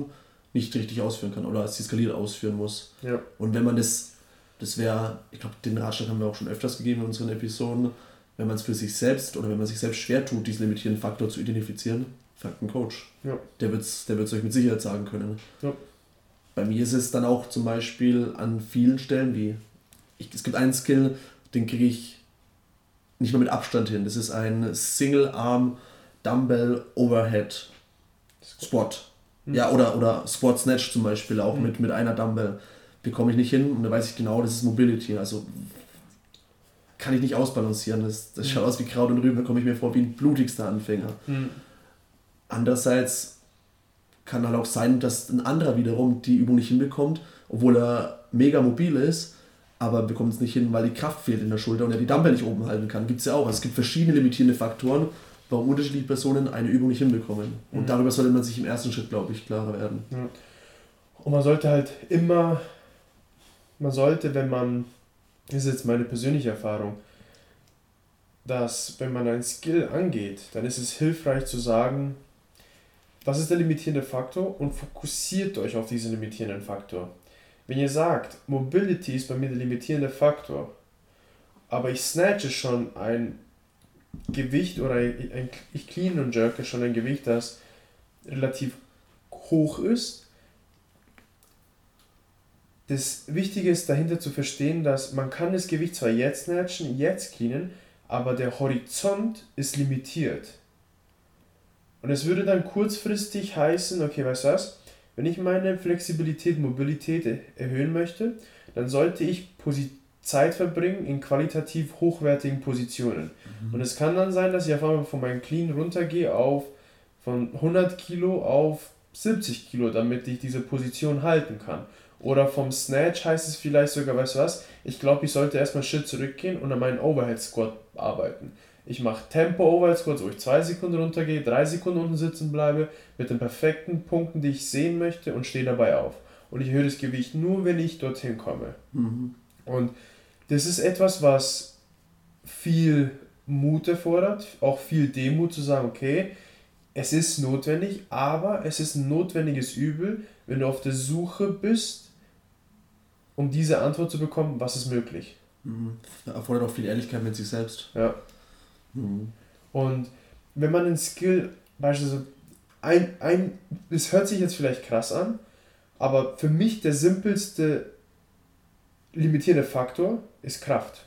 nicht richtig ausführen kann oder als skaliert ausführen muss. Ja. Und wenn man das wäre, ich glaube, den Ratschlag haben wir auch schon öfters gegeben in unseren Episoden, wenn man es für sich selbst oder wenn man sich selbst schwer tut, diesen limitierenden Faktor zu identifizieren, fragt einen Coach. Ja. Der wird's euch mit Sicherheit sagen können. Ja. Bei mir ist es dann auch zum Beispiel an vielen Stellen es gibt einen Skill, den kriege ich nicht mal mit Abstand hin. Das ist ein Single-Arm Dumbbell Overhead Squat. Ja, oder Squat Snatch zum Beispiel, auch mit einer Dumbbell. Bekomme ich nicht hin und da weiß ich genau, das ist Mobility. Also kann ich nicht ausbalancieren. Das schaut aus wie Kraut und Rüben, da komme ich mir vor wie ein blutigster Anfänger. Andererseits kann halt auch sein, dass ein anderer wiederum die Übung nicht hinbekommt, obwohl er mega mobil ist, aber bekommt es nicht hin, weil die Kraft fehlt in der Schulter und er die Dumbbell nicht oben halten kann. Gibt es ja auch. Also es gibt verschiedene limitierende Faktoren, warum unterschiedliche Personen eine Übung nicht hinbekommen. Und darüber sollte man sich im ersten Schritt, glaube ich, klarer werden. Ja. Und man sollte halt immer, wenn man, das ist jetzt meine persönliche Erfahrung, dass wenn man einen Skill angeht, dann ist es hilfreich zu sagen, was ist der limitierende Faktor und fokussiert euch auf diesen limitierenden Faktor. Wenn ihr sagt, Mobility ist bei mir der limitierende Faktor, aber ich snatche schon ein Gewicht oder ich clean und jerke schon ein Gewicht, das relativ hoch ist. Das Wichtige ist dahinter zu verstehen, dass man kann das Gewicht zwar jetzt snatchen, jetzt cleanen, aber der Horizont ist limitiert. Und es würde dann kurzfristig heißen, okay, weißt du was, wenn ich meine Flexibilität, Mobilität erhöhen möchte, dann sollte ich Zeit verbringen in qualitativ hochwertigen Positionen. Und es kann dann sein, dass ich auf einmal von meinem Clean runtergehe von 100 Kilo auf 70 Kilo, damit ich diese Position halten kann. Oder vom Snatch heißt es vielleicht sogar, weißt du was, ich glaube, ich sollte erstmal einen Schritt zurückgehen und an meinen Overhead Squat arbeiten. Ich mache Tempo Overhead Squats, wo ich 2 Sekunden runtergehe, 3 Sekunden unten sitzen bleibe, mit den perfekten Punkten, die ich sehen möchte und stehe dabei auf. Und ich erhöhe das Gewicht nur, wenn ich dorthin komme. Und das ist etwas, was viel Mut erfordert, auch viel Demut zu sagen, okay, es ist notwendig, aber es ist ein notwendiges Übel, wenn du auf der Suche bist, um diese Antwort zu bekommen, was ist möglich. Erfordert auch viel Ehrlichkeit mit sich selbst. Ja. Und wenn man einen Skill, beispielsweise es hört sich jetzt vielleicht krass an, aber für mich der simpelste limitierende Faktor ist Kraft.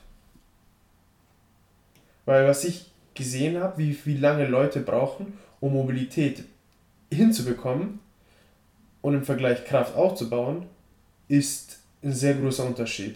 Weil was ich gesehen habe, wie lange Leute brauchen, um Mobilität hinzubekommen und im Vergleich Kraft aufzubauen, ist ein sehr großer Unterschied.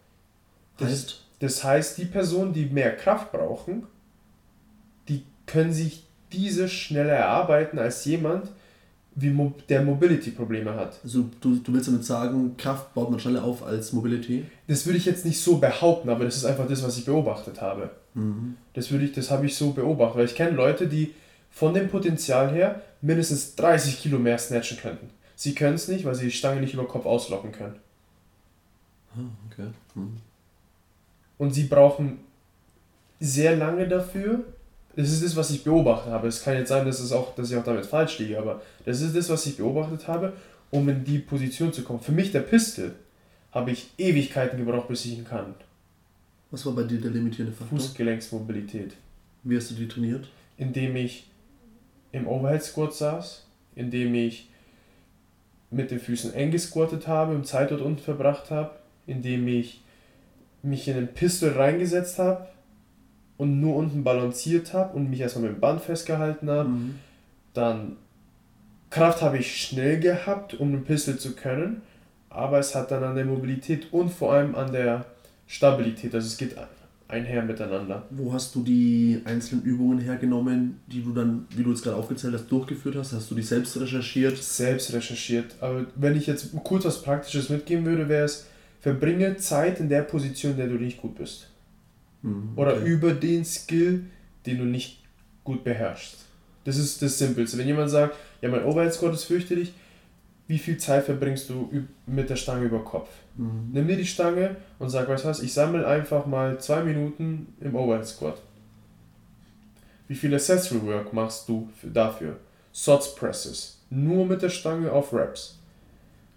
Das heißt, die Personen, die mehr Kraft brauchen, die können sich diese schneller erarbeiten als jemand, der Mobility-Probleme hat. Also du willst damit sagen, Kraft baut man schneller auf als Mobility? Das würde ich jetzt nicht so behaupten, aber das ist einfach das, was ich beobachtet habe. Das habe ich so beobachtet, weil ich kenne Leute, die von dem Potenzial her mindestens 30 Kilo mehr snatchen könnten. Sie können es nicht, weil sie die Stange nicht über Kopf auslocken können. Okay. Und sie brauchen sehr lange dafür. Das ist das, was ich beobachtet habe. Es kann jetzt sein, dass ich auch damit falsch liege, aber das ist das, was ich beobachtet habe, um in die Position zu kommen. Für mich, der Pistol, habe ich Ewigkeiten gebraucht, bis ich ihn kann. Was war bei dir der limitierende Faktor? Fußgelenksmobilität. Wie hast du die trainiert? Indem ich im Overhead Squat saß, indem ich mit den Füßen eng gesquattet habe und Zeit dort unten verbracht habe, indem ich mich in den Pistol reingesetzt habe und nur unten balanciert habe und mich erstmal mit dem Band festgehalten habe. Dann Kraft habe ich schnell gehabt, um den Pistol zu können, aber es hat dann an der Mobilität und vor allem an der Stabilität, also es geht einher miteinander. Wo hast du die einzelnen Übungen hergenommen, die du dann, wie du jetzt gerade aufgezählt hast, durchgeführt hast? Hast du die selbst recherchiert? Selbst recherchiert, aber wenn ich jetzt kurz was Praktisches mitgeben würde, wäre es, verbringe Zeit in der Position, in der du nicht gut bist. Oder über den Skill, den du nicht gut beherrschst. Das ist das Simpelste. Wenn jemand sagt, ja, mein Overhead Squat ist fürchterlich, wie viel Zeit verbringst du mit der Stange über Kopf? Nimm dir die Stange und sag, weißt du was, ich sammle einfach mal 2 Minuten im Overhead Squat. Wie viel Accessory Work machst du dafür? Sots Presses. Nur mit der Stange auf Reps.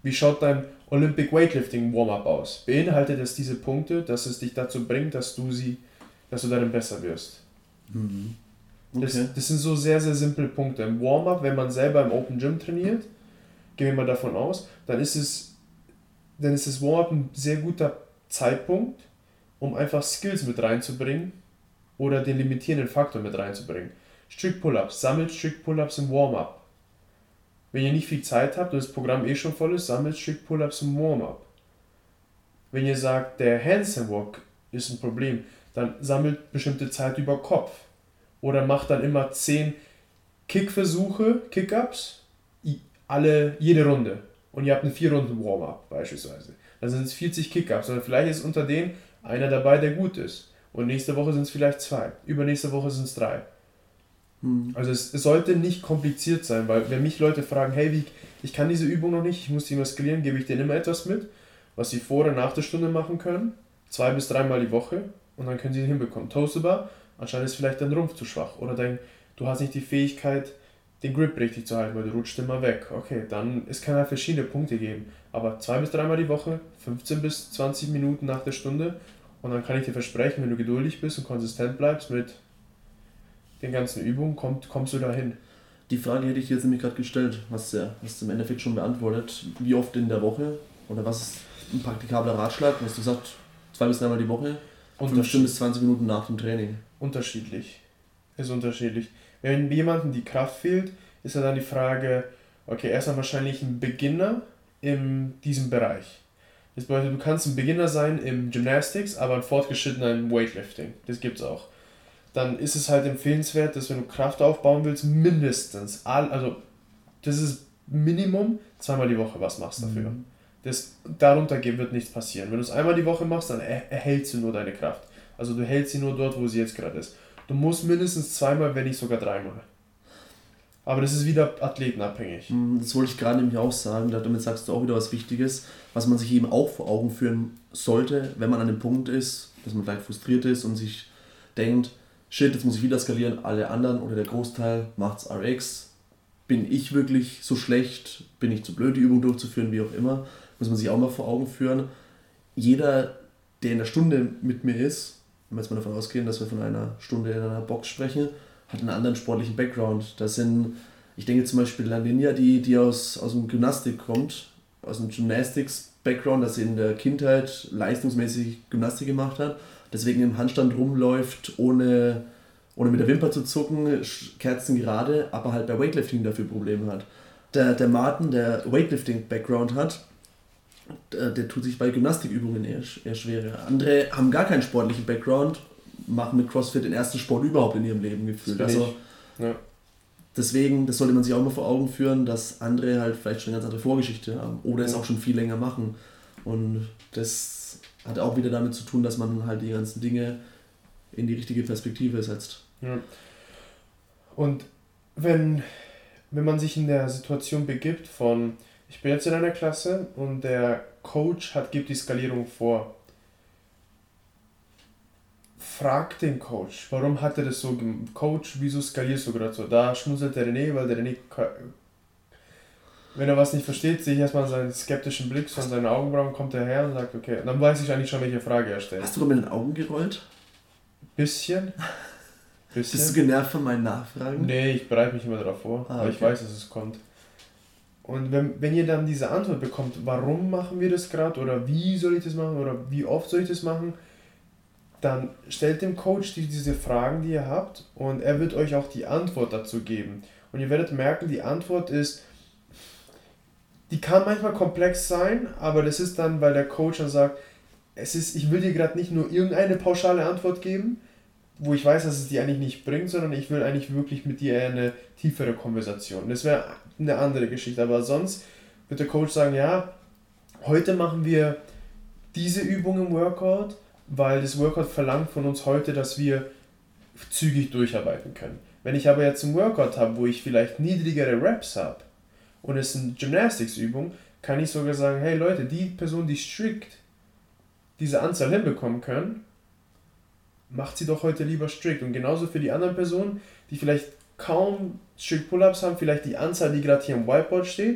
Wie schaut dein Olympic Weightlifting Warm-Up aus? Beinhaltet es diese Punkte, dass es dich dazu bringt, dass du darin besser wirst? Mhm. Okay. Das sind so sehr, sehr simple Punkte. Im Warm-Up, wenn man selber im Open Gym trainiert, gehen wir mal davon aus, dann ist das Warm-Up ein sehr guter Zeitpunkt, um einfach Skills mit reinzubringen oder den limitierenden Faktor mit reinzubringen. Strict Pull-Ups, sammelt Strict Pull-Ups im Warm-Up. Wenn ihr nicht viel Zeit habt und das Programm schon voll ist, sammelt Strict Pull-Ups im Warm-Up. Wenn ihr sagt, der Handstand Walk ist ein Problem, dann sammelt bestimmte Zeit über Kopf. Oder macht dann immer 10 Kick-Versuche, Kick-Ups, jede Runde. Und ihr habt eine 4-Runden-Warm-Up beispielsweise. Dann sind es 40 Kick-Ups. Und vielleicht ist unter denen einer dabei, der gut ist. Und nächste Woche sind es vielleicht 2. Übernächste Woche sind es 3. Also es sollte nicht kompliziert sein, weil wenn mich Leute fragen, hey, ich kann diese Übung noch nicht, ich muss die nur skalieren, gebe ich denen immer etwas mit, was sie vor oder nach der Stunde machen können, 2 bis 3 Mal die Woche und dann können sie ihn hinbekommen. Toastbar, anscheinend ist vielleicht dein Rumpf zu schwach oder du hast nicht die Fähigkeit, den Grip richtig zu halten, weil du rutscht immer weg. Okay, dann es kann halt verschiedene Punkte geben, aber 2 bis 3 Mal die Woche, 15 bis 20 Minuten nach der Stunde und dann kann ich dir versprechen, wenn du geduldig bist und konsistent bleibst mit den ganzen Übungen, kommst du dahin. Die Frage hätte ich dir jetzt nämlich gerade gestellt, hast du im Endeffekt schon beantwortet. Wie oft in der Woche? Oder was ist ein praktikabler Ratschlag? Hast du gesagt, 2 bis 3 Mal die Woche? 15 bis 20 Minuten nach dem Training? Unterschiedlich. Ist unterschiedlich. Wenn jemandem die Kraft fehlt, ist ja dann die Frage, okay, erstmal wahrscheinlich ein Beginner in diesem Bereich. Das bedeutet, du kannst ein Beginner sein im Gymnastics, aber ein fortgeschrittener im Weightlifting. Das gibt's auch. Dann ist es halt empfehlenswert, dass wenn du Kraft aufbauen willst, mindestens, also das ist Minimum 2 Mal die Woche was machst dafür. Darunter wird nichts passieren. Wenn du es einmal die Woche machst, dann erhältst du nur deine Kraft. Also du hältst sie nur dort, wo sie jetzt gerade ist. Du musst mindestens 2-mal, wenn nicht sogar 3-mal. Aber das ist wieder athletenabhängig. Das wollte ich gerade nämlich auch sagen, damit sagst du auch wieder was Wichtiges, was man sich eben auch vor Augen führen sollte, wenn man an dem Punkt ist, dass man vielleicht frustriert ist und sich denkt, shit, jetzt muss ich wieder skalieren, alle anderen oder der Großteil macht's RX. Bin ich wirklich so schlecht? Bin ich zu blöd, die Übung durchzuführen, wie auch immer? Muss man sich auch mal vor Augen führen. Jeder, der in der Stunde mit mir ist, wenn wir jetzt mal davon ausgehen, dass wir von einer Stunde in einer Box sprechen, hat einen anderen sportlichen Background. Das sind, ich denke zum Beispiel Lavinia, die aus dem Gymnastik kommt, aus dem Gymnastics-Background, dass sie in der Kindheit leistungsmäßig Gymnastik gemacht hat, deswegen im Handstand rumläuft, ohne mit der Wimper zu zucken, Kerzen gerade, aber halt bei Weightlifting dafür Probleme hat. Der Martin, der Weightlifting-Background hat, der tut sich bei Gymnastikübungen eher schwerer. Andere haben gar keinen sportlichen Background, machen mit CrossFit den ersten Sport überhaupt in ihrem Leben gefühlt. Also, ja. Deswegen, das sollte man sich auch mal vor Augen führen, dass andere halt vielleicht schon eine ganz andere Vorgeschichte haben oder es auch schon viel länger machen. Und das hat auch wieder damit zu tun, dass man halt die ganzen Dinge in die richtige Perspektive setzt. Ja. Und wenn man sich in der Situation begibt von, ich bin jetzt in einer Klasse und der Coach gibt die Skalierung vor. Frag den Coach, warum hat er das so gemacht? Coach, wieso skalierst du gerade so? Da schmunzelt der René, weil der René, wenn er was nicht versteht, sehe ich erstmal seinen skeptischen Blick, so an seinen Augenbrauen, kommt er her und sagt, okay, dann weiß ich eigentlich schon, welche Frage er stellt. Hast du mit den Augen gerollt? Bisschen. Bist du genervt von meinen Nachfragen? Nee, ich bereite mich immer darauf vor, aber ich weiß, dass es kommt. Und wenn ihr dann diese Antwort bekommt, warum machen wir das gerade oder wie soll ich das machen oder wie oft soll ich das machen, dann stellt dem Coach diese Fragen, die ihr habt, und er wird euch auch die Antwort dazu geben. Und ihr werdet merken, die Antwort die kann manchmal komplex sein, aber das ist dann, weil der Coach dann sagt, ich will dir gerade nicht nur irgendeine pauschale Antwort geben, wo ich weiß, dass es die eigentlich nicht bringt, sondern ich will eigentlich wirklich mit dir eine tiefere Konversation. Das wäre eine andere Geschichte, aber sonst wird der Coach sagen, ja, heute machen wir diese Übung im Workout, weil das Workout verlangt von uns heute, dass wir zügig durcharbeiten können. Wenn ich aber jetzt ein Workout habe, wo ich vielleicht niedrigere Reps habe und es ist eine Gymnastics-Übung, kann ich sogar sagen, hey Leute, die Person, die strikt diese Anzahl hinbekommen können, macht sie doch heute lieber strikt. Und genauso für die anderen Personen, die vielleicht kaum strict Pull-Ups haben, vielleicht die Anzahl, die gerade hier am Whiteboard steht,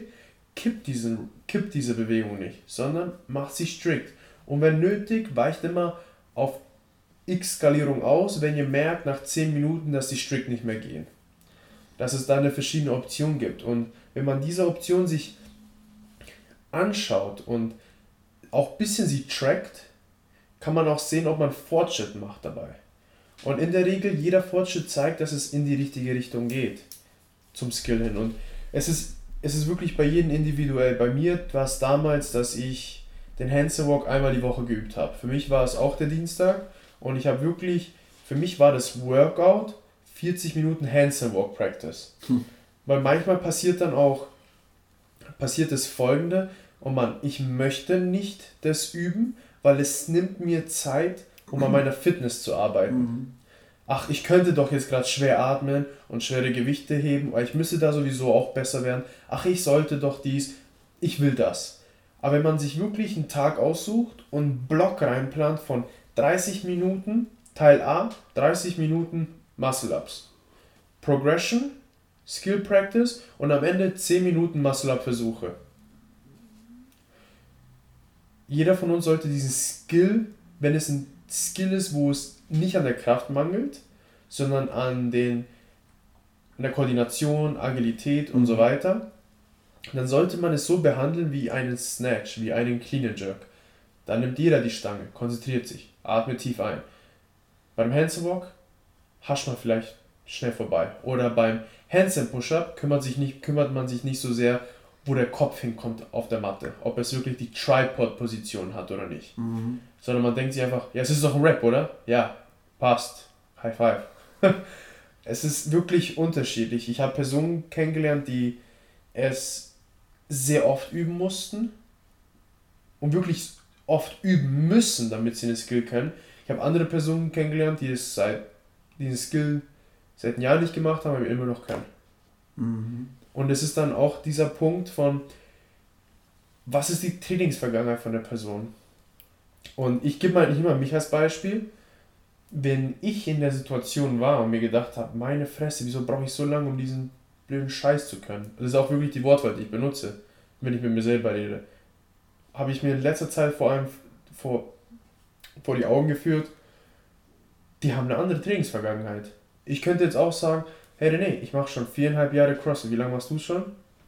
kippt diese Bewegung nicht, sondern macht sie strikt. Und wenn nötig, weicht immer auf X-Skalierung aus, wenn ihr merkt nach 10 Minuten, dass die strikt nicht mehr gehen. Dass es da eine verschiedene Option gibt. Und wenn man diese Option sich anschaut und auch ein bisschen sie trackt, kann man auch sehen, ob man Fortschritt macht dabei. Und in der Regel, jeder Fortschritt zeigt, dass es in die richtige Richtung geht. Zum Skill hin. Und es ist wirklich bei jedem individuell. Bei mir war es damals, dass ich den Handstand Walk einmal die Woche geübt habe. Für mich war es auch der Dienstag. Und ich habe wirklich, für mich war das Workout 40 Minuten Handstand Walk Practice. Weil manchmal passiert das Folgende, ich möchte nicht das üben, weil es nimmt mir Zeit, um an meiner Fitness zu arbeiten. Ach, ich könnte doch jetzt gerade schwer atmen und schwere Gewichte heben, weil ich müsste da sowieso auch besser werden. Ach, ich sollte doch dies, ich will das. Aber wenn man sich wirklich einen Tag aussucht und einen Block reinplant von 30 Minuten, Teil A, 30 Minuten Muscle-Ups. Progression, Skill Practice und am Ende 10 Minuten Muscle-Up-Versuche. Jeder von uns sollte diesen Skill, wenn es ein Skill ist, wo es nicht an der Kraft mangelt, sondern an der Koordination, Agilität und so weiter, dann sollte man es so behandeln wie einen Snatch, wie einen Clean and Jerk. Dann nimmt jeder die Stange, konzentriert sich, atmet tief ein. Beim Handstand Walk hascht man vielleicht schnell vorbei. Oder beim Handstand Push-Up kümmert man sich nicht so sehr, wo der Kopf hinkommt auf der Matte. Ob es wirklich die Tripod-Position hat oder nicht. Sondern man denkt sich einfach, ja, es ist doch ein Rap, oder? Ja, passt. High five. Es ist wirklich unterschiedlich. Ich habe Personen kennengelernt, die es sehr oft üben mussten und wirklich oft üben müssen, damit sie den Skill können. Ich habe andere Personen kennengelernt, die diesen Skill seit einem Jahr nicht gemacht haben, aber immer noch können. Und es ist dann auch dieser Punkt von, was ist die Trainingsvergangenheit von der Person? Und ich gebe mich als Beispiel, wenn ich in der Situation war und mir gedacht habe, meine Fresse, wieso brauche ich so lange, um diesen blöden Scheiß zu können? Das ist auch wirklich die Wortwahl, die ich benutze, wenn ich mit mir selber rede. Habe ich mir in letzter Zeit vor allem vor die Augen geführt, die haben eine andere Trainingsvergangenheit. Ich könnte jetzt auch sagen, hey René, ich mache schon 4,5 Jahre CrossFit. Wie lange machst du schon?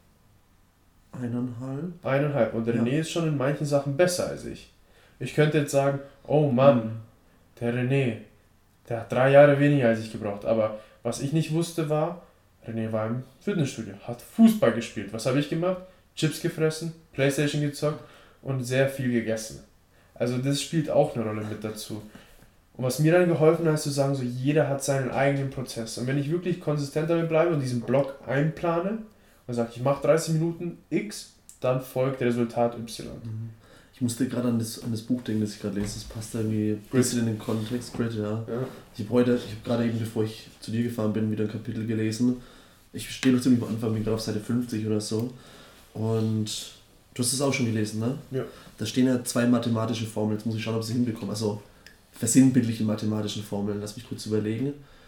1,5. 1,5. Und der René ist schon in manchen Sachen besser als ich. Ich könnte jetzt sagen, oh Mann, der René, der hat 3 Jahre weniger als ich gebraucht. Aber was ich nicht wusste war, René war im Fitnessstudio, hat Fußball gespielt. Was habe ich gemacht? Chips gefressen, Playstation gezockt und sehr viel gegessen. Also das spielt auch eine Rolle mit dazu. Und was mir dann geholfen hat, ist zu sagen, so jeder hat seinen eigenen Prozess. Und wenn ich wirklich konsistent damit bleibe und diesen Block einplane und sage, ich mache 30 Minuten X, dann folgt der Resultat Y. Ich musste gerade an das Buch denken, das ich gerade lese. Das passt irgendwie ein bisschen in den Kontext. Grit, ja. Ich habe gerade eben, bevor ich zu dir gefahren bin, wieder ein Kapitel gelesen. Ich stehe noch ziemlich am Anfang, bin gerade auf Seite 50 oder so. Und du hast es auch schon gelesen, ne? Ja. Da stehen ja 2 mathematische Formeln. Jetzt muss ich schauen, ob ich sie hinbekomme. Also versinnbildliche mathematische Formeln. Lass mich kurz überlegen.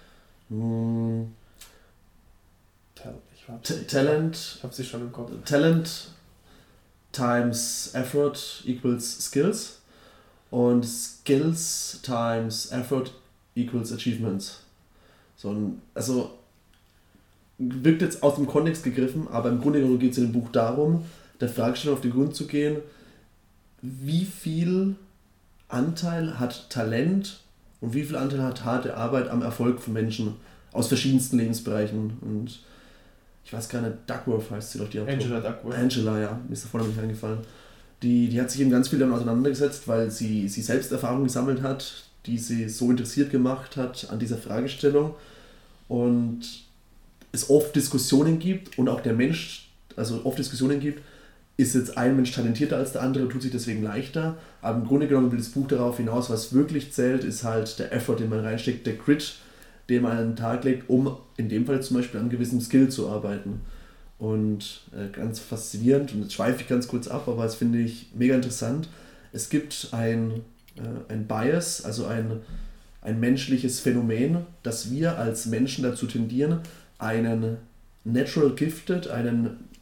Talent. Ich habe sie schon im Kopf. Talent times Effort equals Skills. Und Skills times Effort equals Achievements. Also wirkt jetzt aus dem Kontext gegriffen, aber im Grunde genommen geht es in dem Buch darum, der Fragestellung auf den Grund zu gehen, wie viel Anteil hat Talent und wie viel Anteil hat harte Arbeit am Erfolg von Menschen aus verschiedensten Lebensbereichen. Und ich weiß gar nicht, Duckworth heißt sie doch, die Angela Duckworth. Angela, ja, mir ist da vorne nicht eingefallen. Die hat sich eben ganz viel damit auseinandergesetzt, weil sie selbst Erfahrungen gesammelt hat, die sie so interessiert gemacht hat an dieser Fragestellung. Und es oft Diskussionen gibt und auch der Mensch, also oft Diskussionen gibt, ist jetzt ein Mensch talentierter als der andere, tut sich deswegen leichter, aber im Grunde genommen will das Buch darauf hinaus, was wirklich zählt, ist halt der Effort, den man reinsteckt, der Grit, den man an den Tag legt, um in dem Fall zum Beispiel an gewissem Skill zu arbeiten. Und ganz faszinierend, und jetzt schweife ich ganz kurz ab, aber das finde ich mega interessant. Es gibt ein Bias, also ein menschliches Phänomen, dass wir als Menschen dazu tendieren, einen natural gifted, einen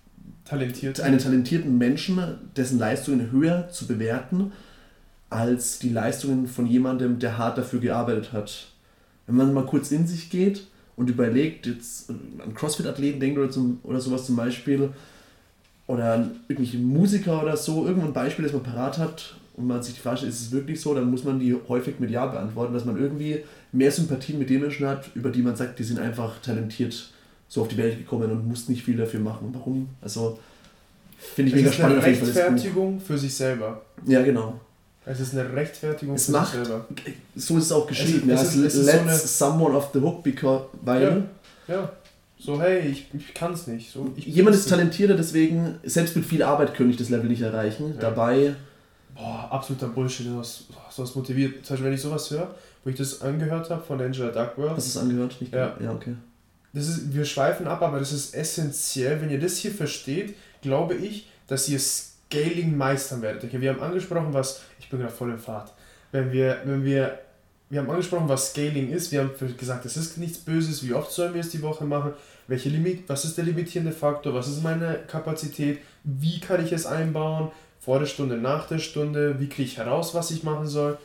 einen talentierten Menschen, dessen Leistungen höher zu bewerten, als die Leistungen von jemandem, der hart dafür gearbeitet hat. Wenn man mal kurz in sich geht und überlegt, jetzt an CrossFit-Athleten denkt oder sowas zum Beispiel, oder an irgendwelche Musiker oder so, irgendein Beispiel, das man parat hat und man sich die Frage stellt, ist es wirklich so, dann muss man die häufig mit Ja beantworten, dass man irgendwie mehr Sympathien mit den Menschen hat, über die man sagt, die sind einfach talentiert so auf die Welt gekommen und muss nicht viel dafür machen. Warum? Also finde ich mega spannend. Es ist eine Rechtfertigung für sich selber. Ja, genau. Es ist eine Rechtfertigung für sich selber. So ist es auch geschrieben. Es lets someone off the hook, weil... Ja. So, hey, ich kann es nicht. So, jemand ist talentierter, deswegen, selbst mit viel Arbeit könnte ich das Level nicht erreichen. Ja. Dabei... Boah, absoluter Bullshit, sowas motiviert. Zum Beispiel, wenn ich sowas höre, wo ich das angehört habe von Angela Duckworth. Hast du es angehört? Nicht ja, okay. Wir schweifen ab, aber das ist essentiell. Wenn ihr das hier versteht, glaube ich, dass ihr Scaling meistern werdet. Okay, wir haben angesprochen, ich bin gerade voll im Fahrt. Wir haben angesprochen, was Scaling ist. Wir haben gesagt, es ist nichts Böses. Wie oft sollen wir es die Woche machen? Was ist der limitierende Faktor? Was ist meine Kapazität? Wie kann ich es einbauen? Vor der Stunde, nach der Stunde? Wie kriege ich heraus, was ich machen soll?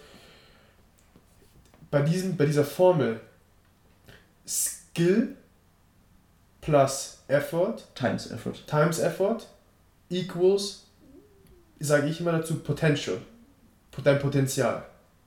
Bei dieser Formel Skill plus Effort times Effort equals, sage ich immer dazu, Potential. Dein Potenzial.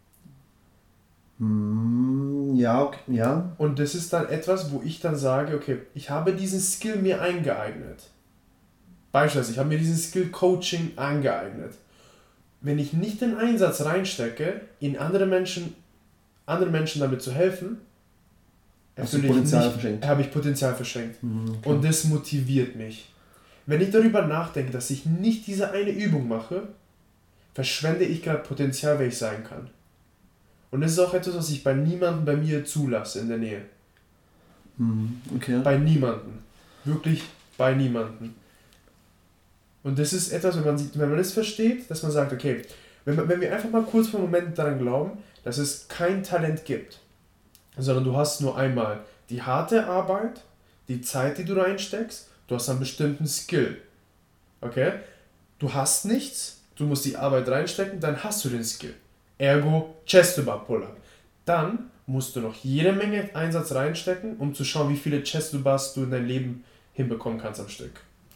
Ja, okay, ja. Und das ist dann etwas, wo ich dann sage, okay, ich habe diesen Skill mir eingeeignet. Beispielsweise, ich habe mir diesen Skill Coaching angeeignet. Wenn ich nicht den Einsatz reinstecke, in anderen Menschen damit zu helfen, habe ich Potenzial verschenkt. Okay. Und das motiviert mich. Wenn ich darüber nachdenke, dass ich nicht diese eine Übung mache, verschwende ich gerade Potenzial, wer ich sein kann. Und das ist auch etwas, was ich bei niemandem bei mir zulasse in der Nähe. Okay. Bei niemandem. Wirklich bei niemandem. Und das ist etwas, wenn man das versteht, dass man sagt, okay, wenn wir einfach mal kurz für einen Moment daran glauben, dass es kein Talent gibt, sondern du hast nur einmal die harte Arbeit, die Zeit, die du reinsteckst, du hast einen bestimmten Skill. Okay? Du hast nichts, du musst die Arbeit reinstecken, dann hast du den Skill. Ergo Chest-to-Bar Pull-Up. Dann musst du noch jede Menge Einsatz reinstecken, um zu schauen, wie viele Chest-to-Bars du in dein Leben hinbekommen kannst am Stück.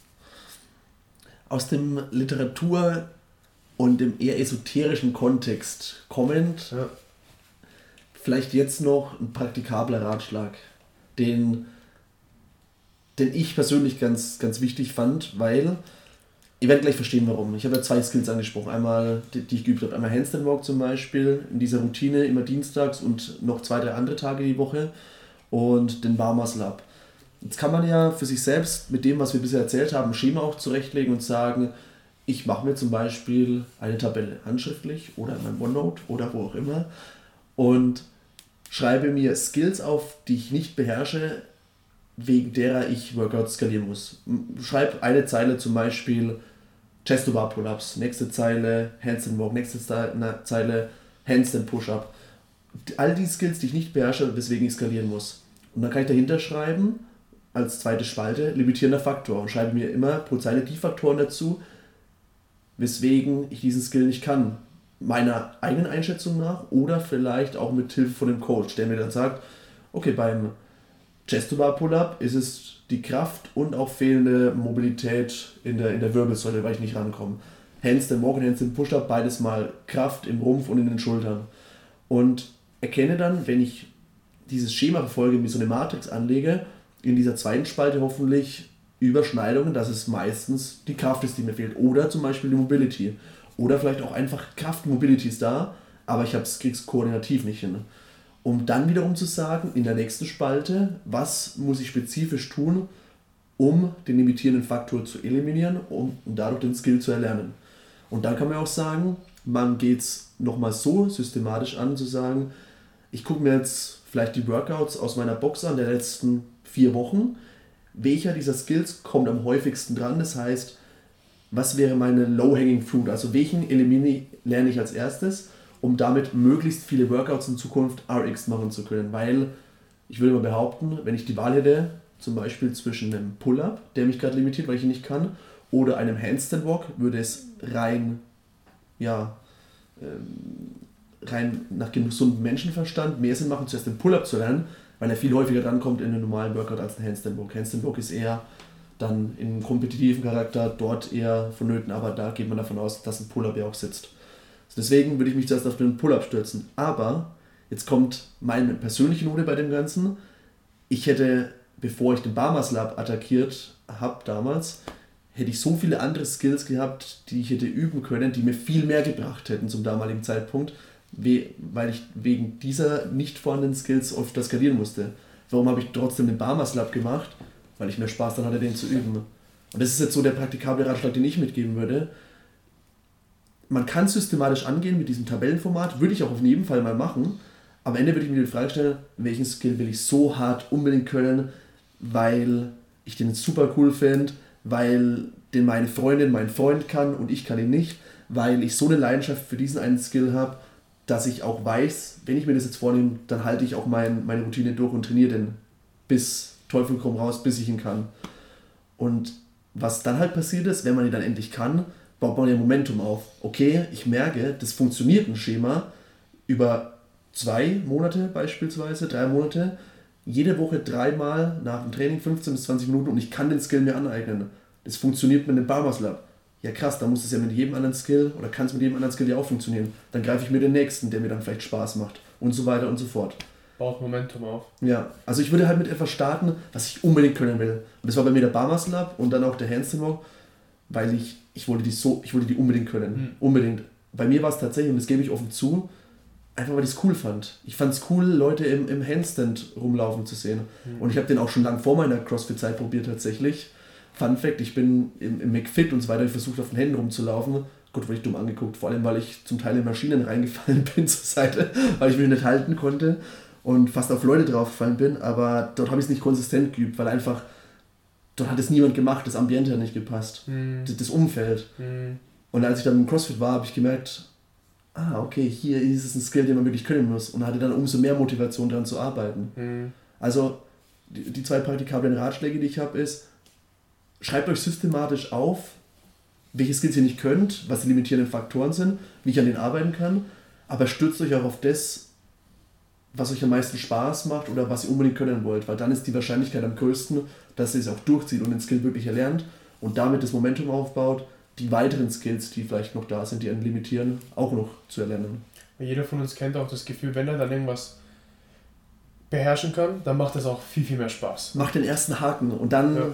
Aus dem Literatur- und dem eher esoterischen Kontext kommend, vielleicht jetzt noch ein praktikabler Ratschlag, den ich persönlich ganz, ganz wichtig fand, weil, ihr werdet gleich verstehen, warum. Ich habe ja 2 Skills angesprochen. Einmal, die ich geübt habe. Einmal Handstand Walk zum Beispiel, in dieser Routine immer dienstags und noch 2, 3 andere Tage die Woche. Und den Bar Muscle Up. Jetzt kann man ja für sich selbst mit dem, was wir bisher erzählt haben, ein Schema auch zurechtlegen und sagen, ich mache mir zum Beispiel eine Tabelle handschriftlich oder in meinem OneNote oder wo auch immer und schreibe mir Skills auf, die ich nicht beherrsche, wegen derer ich Workouts skalieren muss. Schreib eine Zeile zum Beispiel Chest-to-Bar Pull-Ups, nächste Zeile Handstand Walk, nächste Zeile Handstand Push-Up. All die Skills, die ich nicht beherrsche, weswegen ich skalieren muss. Und dann kann ich dahinter schreiben, als zweite Spalte, limitierender Faktor und schreibe mir immer pro Zeile die Faktoren dazu, weswegen ich diesen Skill nicht kann. Meiner eigenen Einschätzung nach oder vielleicht auch mit Hilfe von dem Coach, der mir dann sagt, okay, beim Chest-to-Bar Pull-Up ist es die Kraft und auch fehlende Mobilität in der Wirbelsäule, weil ich nicht rankomme. Handstand Walk und Handstand Push-Up, beides mal Kraft im Rumpf und in den Schultern. Und erkenne dann, wenn ich dieses Schema verfolge, mir so eine Matrix anlege, in dieser zweiten Spalte hoffentlich Überschneidungen, dass es meistens die Kraft ist, die mir fehlt. Oder zum Beispiel die Mobility. Oder vielleicht auch einfach Kraft, Mobility ist da, aber ich krieg's koordinativ nicht hin. Um dann wiederum zu sagen, in der nächsten Spalte, was muss ich spezifisch tun, um den limitierenden Faktor zu eliminieren und dadurch den Skill zu erlernen. Und dann kann man auch sagen, man geht es nochmal so systematisch an, zu sagen, ich gucke mir jetzt vielleicht die Workouts aus meiner Box an der letzten 4 Wochen. Welcher dieser Skills kommt am häufigsten dran? Das heißt, was wäre meine Low-Hanging Fruit? Also welchen lerne ich als erstes, um damit möglichst viele Workouts in Zukunft RX machen zu können? Weil ich würde mal behaupten, wenn ich die Wahl hätte, zum Beispiel zwischen einem Pull-Up, der mich gerade limitiert, weil ich ihn nicht kann, oder einem Handstand Walk würde es rein nach gesundem Menschenverstand mehr Sinn machen, zuerst den Pull-Up zu lernen, weil er viel häufiger drankommt in einem normalen Workout als ein Handstand Walk. Handstand Walk ist eher dann im kompetitiven Charakter dort eher vonnöten, aber da geht man davon aus, dass ein Pull-Up ja auch sitzt. Deswegen würde ich mich zuerst auf den Pull-Up stürzen. Aber jetzt kommt meine persönliche Note bei dem Ganzen. Ich hätte, bevor ich den Bar Muscle Up attackiert habe damals, hätte ich so viele andere Skills gehabt, die ich hätte üben können, die mir viel mehr gebracht hätten zum damaligen Zeitpunkt, weil ich wegen dieser nicht vorhandenen Skills öfter skalieren musste. Warum habe ich trotzdem den Bar Muscle Up gemacht? Weil ich mehr Spaß dann hatte, den zu üben. Und das ist jetzt so der praktikable Ratschlag, den ich mitgeben würde. Man kann systematisch angehen mit diesem Tabellenformat, würde ich auch auf jeden Fall mal machen. Am Ende würde ich mir die Frage stellen, welchen Skill will ich so hart unbedingt können, weil ich den super cool finde, weil den meine Freundin, mein Freund kann und ich kann ihn nicht, weil ich so eine Leidenschaft für diesen einen Skill habe, dass ich auch weiß, wenn ich mir das jetzt vornehme, dann halte ich auch meine Routine durch und trainiere den bis Teufel komm raus, bis ich ihn kann. Und was dann halt passiert ist, wenn man ihn dann endlich kann, baut man ja Momentum auf. Okay, ich merke, das funktioniert ein Schema über 2 Monate beispielsweise, 3 Monate, jede Woche 3-mal nach dem Training 15 bis 20 Minuten und ich kann den Skill mir aneignen. Das funktioniert mit dem Bar Muscle Up. Ja krass, dann muss es ja mit jedem anderen Skill oder kann es mit jedem anderen Skill ja auch funktionieren. Dann greife ich mir den nächsten, der mir dann vielleicht Spaß macht und so weiter und so fort. Baut Momentum auf. Ja, also ich würde halt mit etwas starten, was ich unbedingt können will. Und das war bei mir der Bar Muscle Up und dann auch der Handstand Walk, weil ich wollte die unbedingt können. Unbedingt. Bei mir war es tatsächlich, und das gebe ich offen zu, einfach weil ich es cool fand. Ich fand es cool, Leute im Handstand rumlaufen zu sehen. Und ich habe den auch schon lange vor meiner CrossFit-Zeit probiert tatsächlich. Fun Fact, ich bin im McFit und so weiter versucht, auf den Händen rumzulaufen. Gott, wurde ich dumm angeguckt. Vor allem, weil ich zum Teil in Maschinen reingefallen bin zur Seite, weil ich mich nicht halten konnte und fast auf Leute draufgefallen bin. Aber dort habe ich es nicht konsistent geübt, weil einfach dort hat es niemand gemacht, das Ambiente hat nicht gepasst. Das Umfeld. Und als ich dann im CrossFit war, habe ich gemerkt, okay, hier ist es ein Skill, den man wirklich können muss. Und hatte dann umso mehr Motivation daran zu arbeiten. Also die 2 praktikablen Ratschläge, die ich habe, ist, schreibt euch systematisch auf, welche Skills ihr nicht könnt, was die limitierenden Faktoren sind, wie ich an denen arbeiten kann, aber stürzt euch auch auf das, was euch am meisten Spaß macht oder was ihr unbedingt können wollt, weil dann ist die Wahrscheinlichkeit am größten, dass ihr es auch durchzieht und den Skill wirklich erlernt und damit das Momentum aufbaut, die weiteren Skills, die vielleicht noch da sind, die einen limitieren, auch noch zu erlernen. Jeder von uns kennt auch das Gefühl, wenn er dann irgendwas beherrschen kann, dann macht es auch viel, viel mehr Spaß. Mach den ersten Haken und dann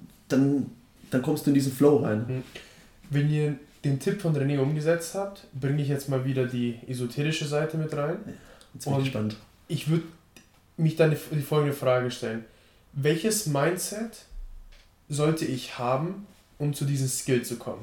kommst du in diesen Flow rein. Wenn ihr den Tipp von René umgesetzt habt, bringe ich jetzt mal wieder die esoterische Seite mit rein. Jetzt bin ich gespannt. Ich würde mich dann die folgende Frage stellen. Welches Mindset sollte ich haben, um zu diesem Skill zu kommen?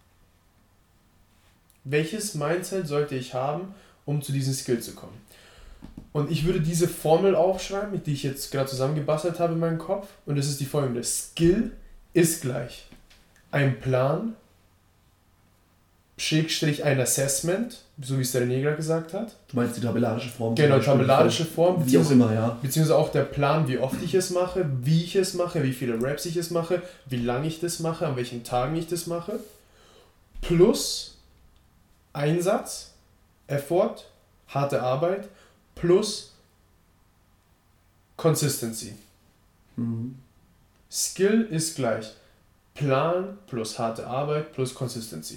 Welches Mindset sollte ich haben, um zu diesem Skill zu kommen? Und ich würde diese Formel aufschreiben, die ich jetzt gerade zusammengebastelt habe in meinem Kopf. Und das ist die folgende. Skill ist gleich ein Plan, Schrägstrich ein Assessment, so wie es der René gerade gesagt hat. Du meinst die tabellarische Form? Genau, tabellarische Form. Wie auch immer, ja. Beziehungsweise auch der Plan, wie oft ich es mache, wie ich es mache, wie viele Reps ich es mache, wie lange ich das mache, an welchen Tagen ich das mache. Plus Einsatz, Effort, harte Arbeit, plus Consistency. Skill ist gleich Plan plus harte Arbeit plus Consistency.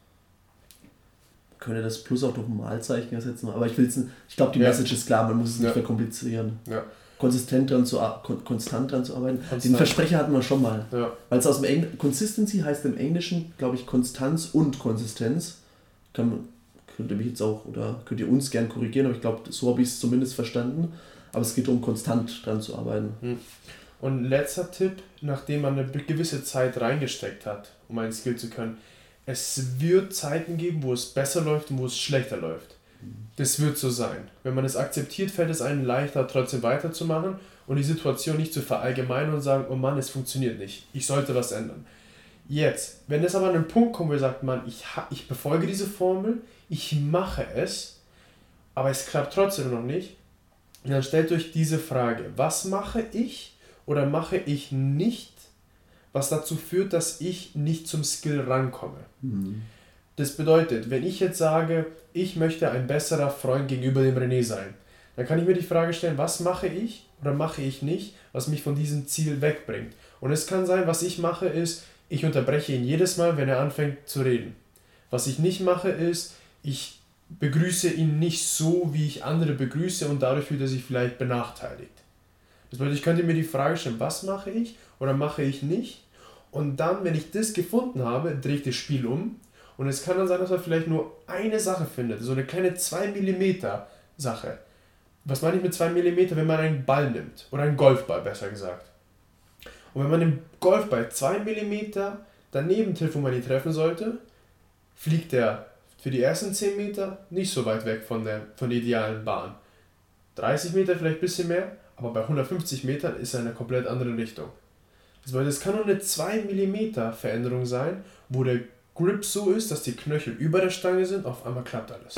Könnte das Plus auch durch ein Malzeichen ersetzen, aber ich glaube, die Message ist klar, man muss es nicht verkomplizieren. Ja. Konstant dran zu arbeiten. Den Versprecher hatten wir schon mal. Ja. Weil es aus dem Consistency heißt im Englischen, glaube ich, Konstanz und Konsistenz. Könnt ihr mich jetzt auch oder könnt ihr uns gern korrigieren, aber ich glaube, so habe ich es zumindest verstanden. Aber es geht darum, konstant dran zu arbeiten. Und letzter Tipp, nachdem man eine gewisse Zeit reingesteckt hat, um einen Skill zu können, es wird Zeiten geben, wo es besser läuft und wo es schlechter läuft. Das wird so sein. Wenn man es akzeptiert, fällt es einem leichter, trotzdem weiterzumachen und die Situation nicht zu verallgemeinern und sagen, oh Mann, es funktioniert nicht, ich sollte was ändern. Jetzt, wenn es aber an einen Punkt kommt, wo ihr sagt, Mann, ich befolge diese Formel, ich mache es, aber es klappt trotzdem noch nicht, dann stellt euch diese Frage, was mache ich oder mache ich nicht, was dazu führt, dass ich nicht zum Skill rankomme. Das bedeutet, wenn ich jetzt sage, ich möchte ein besserer Freund gegenüber dem René sein, dann kann ich mir die Frage stellen, was mache ich oder mache ich nicht, was mich von diesem Ziel wegbringt. Und es kann sein, was ich mache ist, ich unterbreche ihn jedes Mal, wenn er anfängt zu reden. Was ich nicht mache ist, ich begrüße ihn nicht so, wie ich andere begrüße und dadurch fühlt er sich vielleicht benachteiligt. Das bedeutet, ich könnte mir die Frage stellen, was mache ich oder mache ich nicht? Und dann, wenn ich das gefunden habe, drehe ich das Spiel um. Und es kann dann sein, dass er vielleicht nur eine Sache findet, so eine kleine 2 mm Sache. Was meine ich mit 2 mm, wenn man einen Ball nimmt? Oder einen Golfball, besser gesagt. Und wenn man den Golfball 2 mm daneben trifft, wo man ihn treffen sollte, fliegt er für die ersten 10 Meter nicht so weit weg von der idealen Bahn. 30 Meter vielleicht ein bisschen mehr, aber bei 150 Metern ist er in einer komplett anderen Richtung. Das kann nur eine 2 mm Veränderung sein, wo der Grip so ist, dass die Knöchel über der Stange sind, auf einmal klappt alles.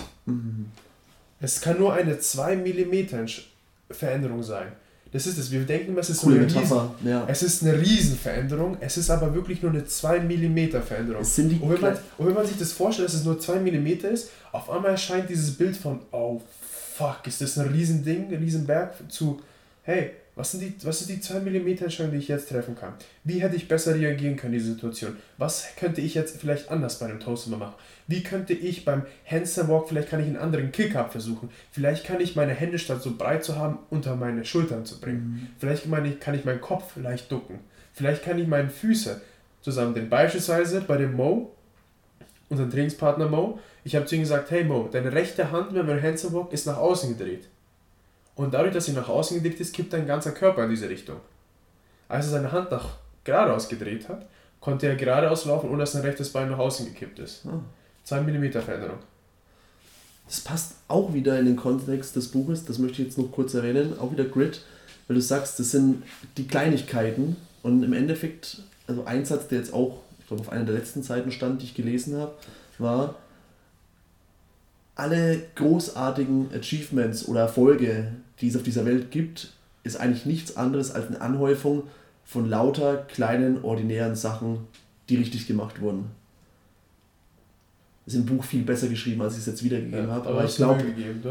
Es kann nur eine 2 mm Veränderung sein. Das ist es. Wir denken, es ist, es ist eine Riesenveränderung, es ist aber wirklich nur eine 2 mm Veränderung. Und wenn man sich das vorstellt, dass es nur 2 mm ist, auf einmal erscheint dieses Bild von, oh fuck, ist das ein Riesending, ein Riesenberg, zu, hey, was ist die 2 mm Entscheidung, die ich jetzt treffen kann? Wie hätte ich besser reagieren können in dieser Situation? Was könnte ich jetzt vielleicht anders bei einem Toaster machen? Wie könnte ich beim Handstand Walk, vielleicht kann ich einen anderen Kick-Up versuchen. Vielleicht kann ich meine Hände, statt so breit zu haben, unter meine Schultern zu bringen. Vielleicht kann ich meinen Kopf leicht ducken. Vielleicht kann ich meine Füße zusammen, denn beispielsweise bei dem Mo, unserem Trainingspartner Mo, ich habe zu ihm gesagt, hey Mo, deine rechte Hand, wenn man Handstand Walk, ist nach außen gedreht. Und dadurch, dass sie nach außen gedreht ist, kippt dein ganzer Körper in diese Richtung. Als er seine Hand nach geradeaus gedreht hat, konnte er geradeaus laufen, ohne dass sein rechtes Bein nach außen gekippt ist. 2 mm Veränderung. Das passt auch wieder in den Kontext des Buches, das möchte ich jetzt noch kurz erwähnen, auch wieder Grit, weil du sagst, das sind die Kleinigkeiten und im Endeffekt, also ein Satz, der jetzt auch, ich glaube auf einer der letzten Seiten stand, die ich gelesen habe, war, alle großartigen Achievements oder Erfolge, die es auf dieser Welt gibt, ist eigentlich nichts anderes als eine Anhäufung von lauter kleinen, ordinären Sachen, die richtig gemacht wurden. Das ist im Buch viel besser geschrieben, als ich es jetzt wiedergegeben habe. Aber ich glaube,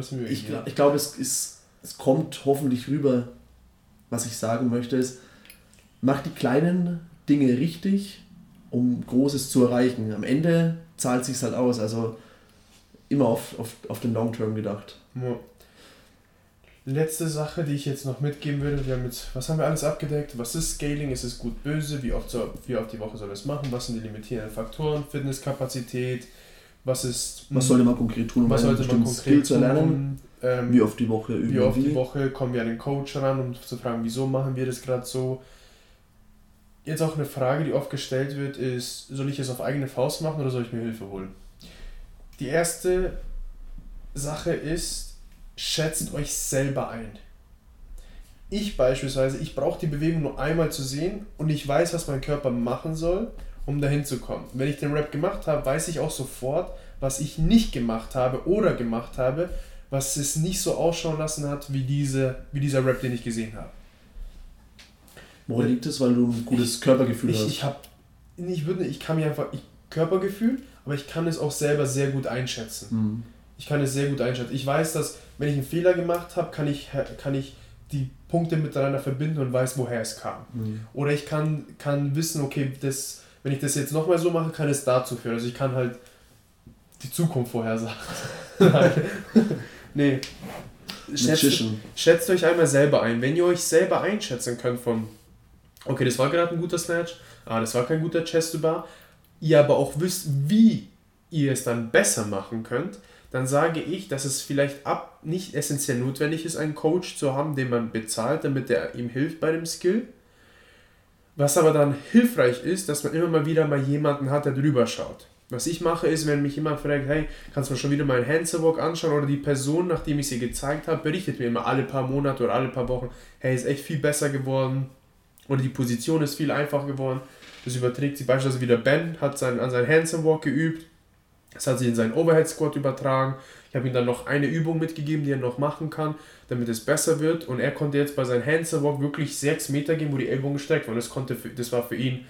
es kommt hoffentlich rüber, was ich sagen möchte, ist, mach die kleinen Dinge richtig, um Großes zu erreichen. Am Ende zahlt es sich halt aus, also immer auf den Long Term gedacht. Ja. Letzte Sache, die ich jetzt noch mitgeben würde, was haben wir alles abgedeckt? Was ist Scaling? Ist es gut, böse? Wie oft die Woche soll es machen? Was sind die limitierenden Faktoren? Fitnesskapazität? Was sollte man konkret tun, um einen bestimmten Skill zu erlernen? Wie oft die Woche üben? Wie oft die Woche kommen wir an den Coach ran, um zu fragen, wieso machen wir das gerade so? Jetzt auch eine Frage, die oft gestellt wird, ist, soll ich es auf eigene Faust machen oder soll ich mir Hilfe holen? Die erste Sache ist, schätzt euch selber ein. Ich beispielsweise, ich brauche die Bewegung nur einmal zu sehen und ich weiß, was mein Körper machen soll, um dahin zu kommen. Wenn ich den Rep gemacht habe, weiß ich auch sofort, was ich nicht gemacht habe oder gemacht habe, was es nicht so ausschauen lassen hat, wie dieser Rep, den ich gesehen habe. Woran liegt es, weil du ein gutes Körpergefühl hast? Ich kann mir einfach, Körpergefühl, aber ich kann es auch selber sehr gut einschätzen. Ich kann es sehr gut einschätzen. Ich weiß, dass, wenn ich einen Fehler gemacht habe, kann ich die Punkte miteinander verbinden und weiß, woher es kam. Oder ich kann wissen, okay, wenn ich das jetzt nochmal so mache, kann es dazu führen. Also ich kann halt die Zukunft vorhersagen. Nee. Schätzt euch einmal selber ein. Wenn ihr euch selber einschätzen könnt okay, das war gerade ein guter Snatch, das war kein guter Chest-to-Bar, ihr aber auch wisst, wie ihr es dann besser machen könnt, dann sage ich, dass es vielleicht nicht essentiell notwendig ist, einen Coach zu haben, den man bezahlt, damit er ihm hilft bei dem Skill. Was aber dann hilfreich ist, dass man immer mal wieder jemanden hat, der drüber schaut. Was ich mache ist, wenn mich jemand fragt, hey, kannst du mir schon wieder meinen Handstand Walk anschauen, oder die Person, nachdem ich sie gezeigt habe, berichtet mir immer alle paar Monate oder alle paar Wochen, hey, ist echt viel besser geworden oder die Position ist viel einfacher geworden. Das überträgt sich beispielsweise wieder Ben, hat an seinen Handstand Walk geübt, das hat sich in seinen Overhead Squat übertragen. Ich habe ihm dann noch eine Übung mitgegeben, die er noch machen kann, damit es besser wird, und er konnte jetzt bei seinem Handstand Walk wirklich 6 Meter gehen, wo die Ellbogen gestreckt waren. Das war für ihn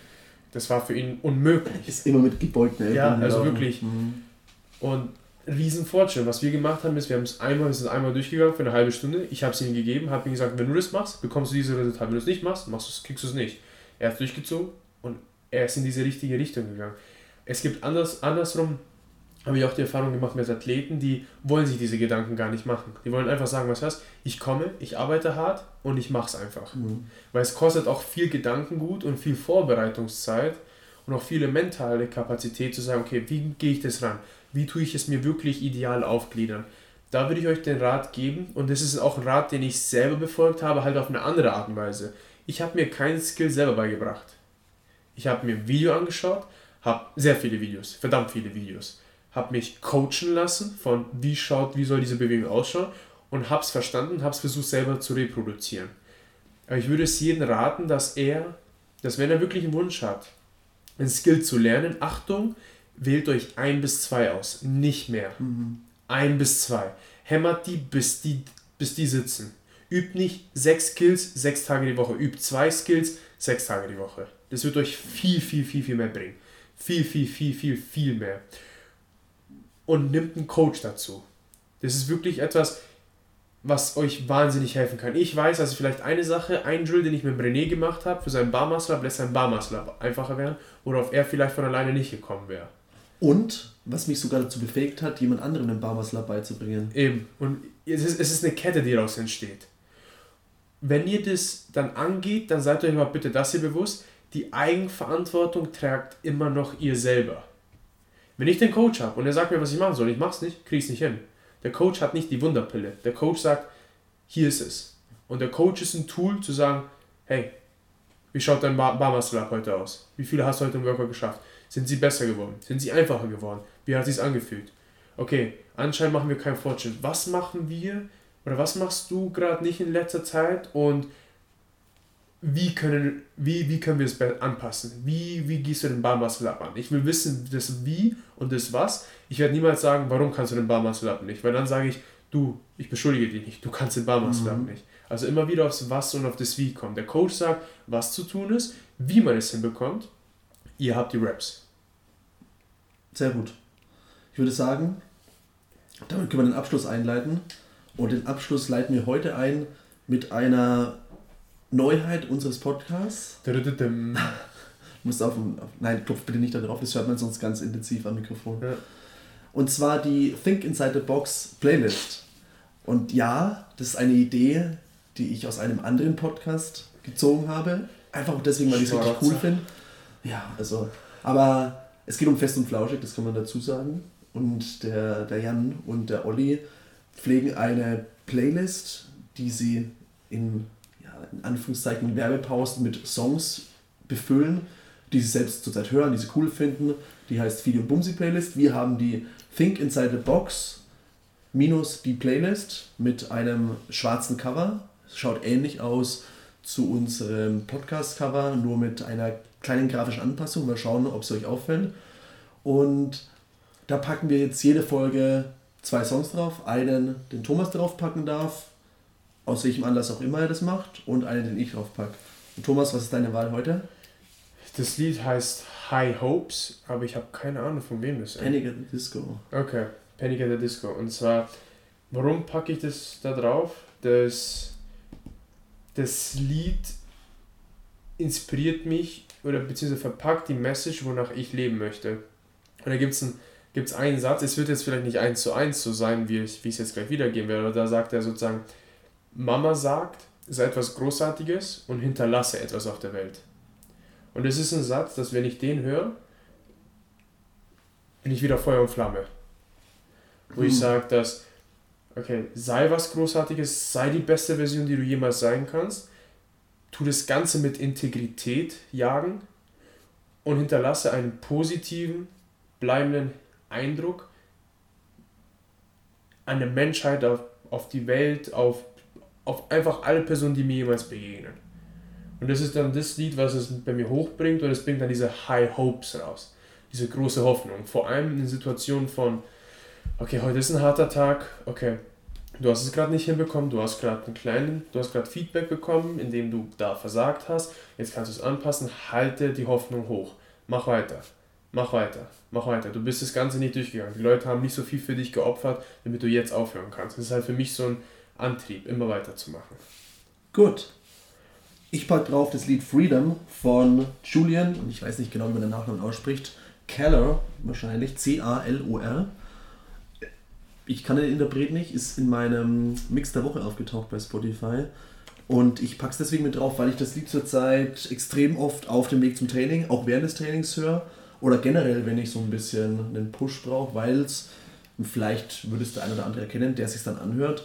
Das war für ihn unmöglich. Ist immer mit gebeugten Eltern. Ja, also wirklich. Und riesen Fortschritt. Was wir gemacht haben, ist, wir sind einmal durchgegangen für eine halbe Stunde. Ich habe es ihm gegeben, habe ihm gesagt, wenn du das machst, bekommst du dieses Resultat. Wenn du es nicht machst, kriegst du es nicht. Er hat es durchgezogen und er ist in diese richtige Richtung gegangen. Es gibt andersrum, habe ich auch die Erfahrung gemacht mit Athleten, die wollen sich diese Gedanken gar nicht machen. Die wollen einfach sagen, was heißt, ich komme, ich arbeite hart und ich mache es einfach. Weil es kostet auch viel Gedankengut und viel Vorbereitungszeit und auch viele mentale Kapazität zu sagen, okay, wie gehe ich das ran? Wie tue ich es mir wirklich ideal aufgliedern? Da würde ich euch den Rat geben, und das ist auch ein Rat, den ich selber befolgt habe, halt auf eine andere Art und Weise. Ich habe mir keinen Skill selber beigebracht. Ich habe mir ein Video angeschaut, habe sehr viele Videos, verdammt viele Videos, habe mich coachen lassen von wie soll diese Bewegung ausschauen und habe es verstanden, habe es versucht selber zu reproduzieren. Aber ich würde es jedem raten, dass wenn er wirklich einen Wunsch hat, ein Skill zu lernen, Achtung, wählt euch 1 bis 2 aus, nicht mehr. 1 bis 2. Hämmert die, bis die sitzen. Übt nicht 6 Skills 6 Tage die Woche. Übt 2 Skills 6 Tage die Woche. Das wird euch viel, viel, viel, viel mehr bringen. Viel, viel, viel, viel, viel mehr. Und nimmt einen Coach dazu. Das ist wirklich etwas, was euch wahnsinnig helfen kann. Ich weiß, also vielleicht ein Drill, den ich mit René gemacht habe, für seinen Bar-Muscle-Up, lässt sein Bar-Muscle-Up einfacher werden, worauf er vielleicht von alleine nicht gekommen wäre. Und, was mich sogar dazu befähigt hat, jemand anderem den Bar-Muscle-Up beizubringen. Eben. Und es ist eine Kette, die daraus entsteht. Wenn ihr das dann angeht, dann seid euch mal bitte das hier bewusst, die Eigenverantwortung tragt immer noch ihr selber. Wenn ich den Coach habe und er sagt mir, was ich machen soll, ich mache es nicht, kriege ich es nicht hin. Der Coach hat nicht die Wunderpille. Der Coach sagt, hier ist es. Und der Coach ist ein Tool zu sagen, hey, wie schaut dein Bar-Muscle-Up heute aus? Wie viele hast du heute im Workout geschafft? Sind sie besser geworden? Sind sie einfacher geworden? Wie hat es sich angefühlt? Okay, anscheinend machen wir keinen Fortschritt. Was machen wir oder was machst du gerade nicht in letzter Zeit und wie können wir es anpassen? Wie gehst du den Bar-Muscle-Up an? Ich will wissen, das Wie und das Was. Ich werde niemals sagen, warum kannst du den Bar-Muscle-Up nicht? Weil dann sage ich, ich beschuldige dich nicht, du kannst den Bar-Muscle-Up nicht. Also immer wieder aufs Was und auf das Wie kommen. Der Coach sagt, was zu tun ist, wie man es hinbekommt. Ihr habt die Reps. Sehr gut. Ich würde sagen, damit können wir den Abschluss einleiten. Und den Abschluss leiten wir heute ein mit einer Neuheit unseres Podcasts. Nein, klopf bitte nicht da drauf, das hört man sonst ganz intensiv am Mikrofon. Ja. Und zwar die Think Inside the Box Playlist. Und ja, das ist eine Idee, die ich aus einem anderen Podcast gezogen habe. Einfach deswegen, weil ich es richtig cool finde. Ja, also, aber es geht um Fest und Flauschig, das kann man dazu sagen. Und der Jan und der Olli pflegen eine Playlist, die sie in Anführungszeichen Werbepausen mit Songs befüllen, die sie selbst zurzeit hören, die sie cool finden. Die heißt Video Bumsi Playlist. Wir haben die Think Inside the Box minus die Playlist mit einem schwarzen Cover. Schaut ähnlich aus zu unserem Podcast-Cover, nur mit einer kleinen grafischen Anpassung. Mal schauen, ob es euch auffällt. Und da packen wir jetzt jede Folge 2 Songs drauf. Einen, den Thomas draufpacken darf, aus welchem Anlass auch immer er das macht, und einen, den ich draufpacke. Und Thomas, was ist deine Wahl heute? Das Lied heißt High Hopes, aber ich habe keine Ahnung, von wem das ist. Panic at the Disco. Okay, Panic at the Disco. Und zwar, warum packe ich das da drauf? Das Lied inspiriert mich oder beziehungsweise verpackt die Message, wonach ich leben möchte. Und da gibt's einen Satz, es wird jetzt vielleicht nicht 1:1 so sein, wie ich es jetzt gleich wiedergeben werde, aber da sagt er sozusagen, Mama sagt, sei etwas Großartiges und hinterlasse etwas auf der Welt. Und das ist ein Satz, dass wenn ich den höre, bin ich wieder Feuer und Flamme. Wo ich sage, dass, okay, sei was Großartiges, sei die beste Version, die du jemals sein kannst, tu das Ganze mit Integrität jagen und hinterlasse einen positiven, bleibenden Eindruck an der Menschheit, auf die Welt, auf einfach alle Personen, die mir jemals begegnen. Und das ist dann das Lied, was es bei mir hochbringt, und es bringt dann diese High Hopes raus. Diese große Hoffnung. Vor allem in Situationen von, okay, heute ist ein harter Tag, okay, du hast es gerade nicht hinbekommen, du hast gerade Feedback bekommen, indem du da versagt hast, jetzt kannst du es anpassen, halte die Hoffnung hoch. mach weiter. Du bist das Ganze nicht durchgegangen. Die Leute haben nicht so viel für dich geopfert, damit du jetzt aufhören kannst. Das ist halt für mich so ein Antrieb, immer weiterzumachen. Gut. Ich packe drauf das Lied Freedom von Julian, und ich weiß nicht genau, wie man den Nachnamen ausspricht, Calor, wahrscheinlich, C-A-L-O-R. Ich kann den Interpret nicht, ist in meinem Mix der Woche aufgetaucht bei Spotify. Und ich packe es deswegen mit drauf, weil ich das Lied zurzeit extrem oft auf dem Weg zum Training, auch während des Trainings höre. Oder generell, wenn ich so ein bisschen einen Push brauche, weil es, vielleicht würde es der eine oder andere erkennen, der es sich dann anhört,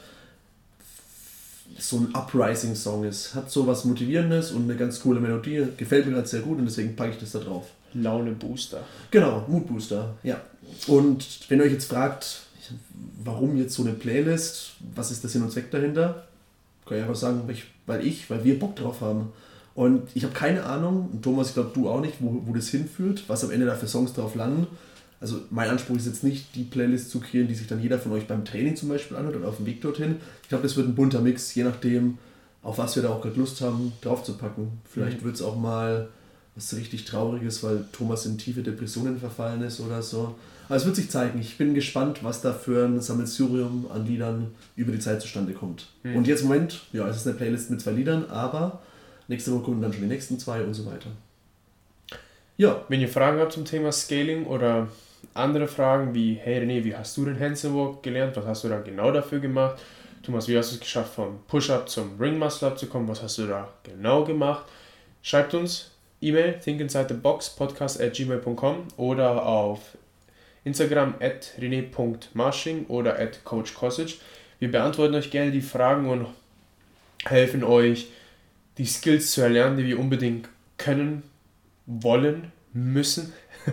so ein Uprising-Song ist. Hat so was Motivierendes und eine ganz coole Melodie. Gefällt mir gerade sehr gut und deswegen packe ich das da drauf. Laune-Booster. Genau, Mood-Booster, ja. Und wenn ihr euch jetzt fragt, warum jetzt so eine Playlist, was ist der Sinn und Zweck dahinter? Kann ich einfach sagen, weil wir Bock drauf haben. Und ich habe keine Ahnung, und Thomas, ich glaube du auch nicht, wo das hinführt, was am Ende da für Songs drauf landen. Also mein Anspruch ist jetzt nicht, die Playlist zu kreieren, die sich dann jeder von euch beim Training zum Beispiel anhört oder auf dem Weg dorthin. Ich glaube, das wird ein bunter Mix, je nachdem, auf was wir da auch gerade Lust haben, drauf zu packen. Vielleicht wird es auch mal was richtig Trauriges, weil Thomas in tiefe Depressionen verfallen ist oder so. Aber es wird sich zeigen. Ich bin gespannt, was da für ein Sammelsurium an Liedern über die Zeit zustande kommt. Und jetzt im Moment, ja, es ist eine Playlist mit 2 Liedern, aber nächste Woche kommen dann schon die nächsten 2 und so weiter. Ja. Wenn ihr Fragen habt zum Thema Scaling oder andere Fragen wie, hey René, wie hast du den Handstand Walk gelernt? Was hast du da genau dafür gemacht? Thomas, wie hast du es geschafft, vom Push-Up zum Ring Muscle Up zu kommen? Was hast du da genau gemacht? Schreibt uns E-Mail thinkinsidetheboxpodcast@gmail.com oder auf Instagram @rene.marsching oder @coachkosic. Wir beantworten euch gerne die Fragen und helfen euch, die Skills zu erlernen, die wir unbedingt können, wollen, müssen.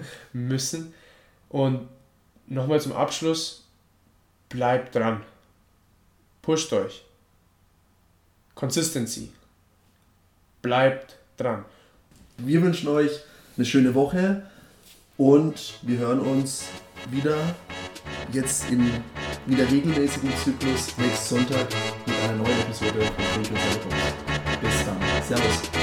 Und nochmal zum Abschluss, bleibt dran. Pusht euch. Consistency. Bleibt dran. Wir wünschen euch eine schöne Woche und wir hören uns wieder jetzt im wieder regelmäßigen Zyklus nächsten Sonntag mit einer neuen Episode von Thinking Inside the Box. Bis dann. Servus.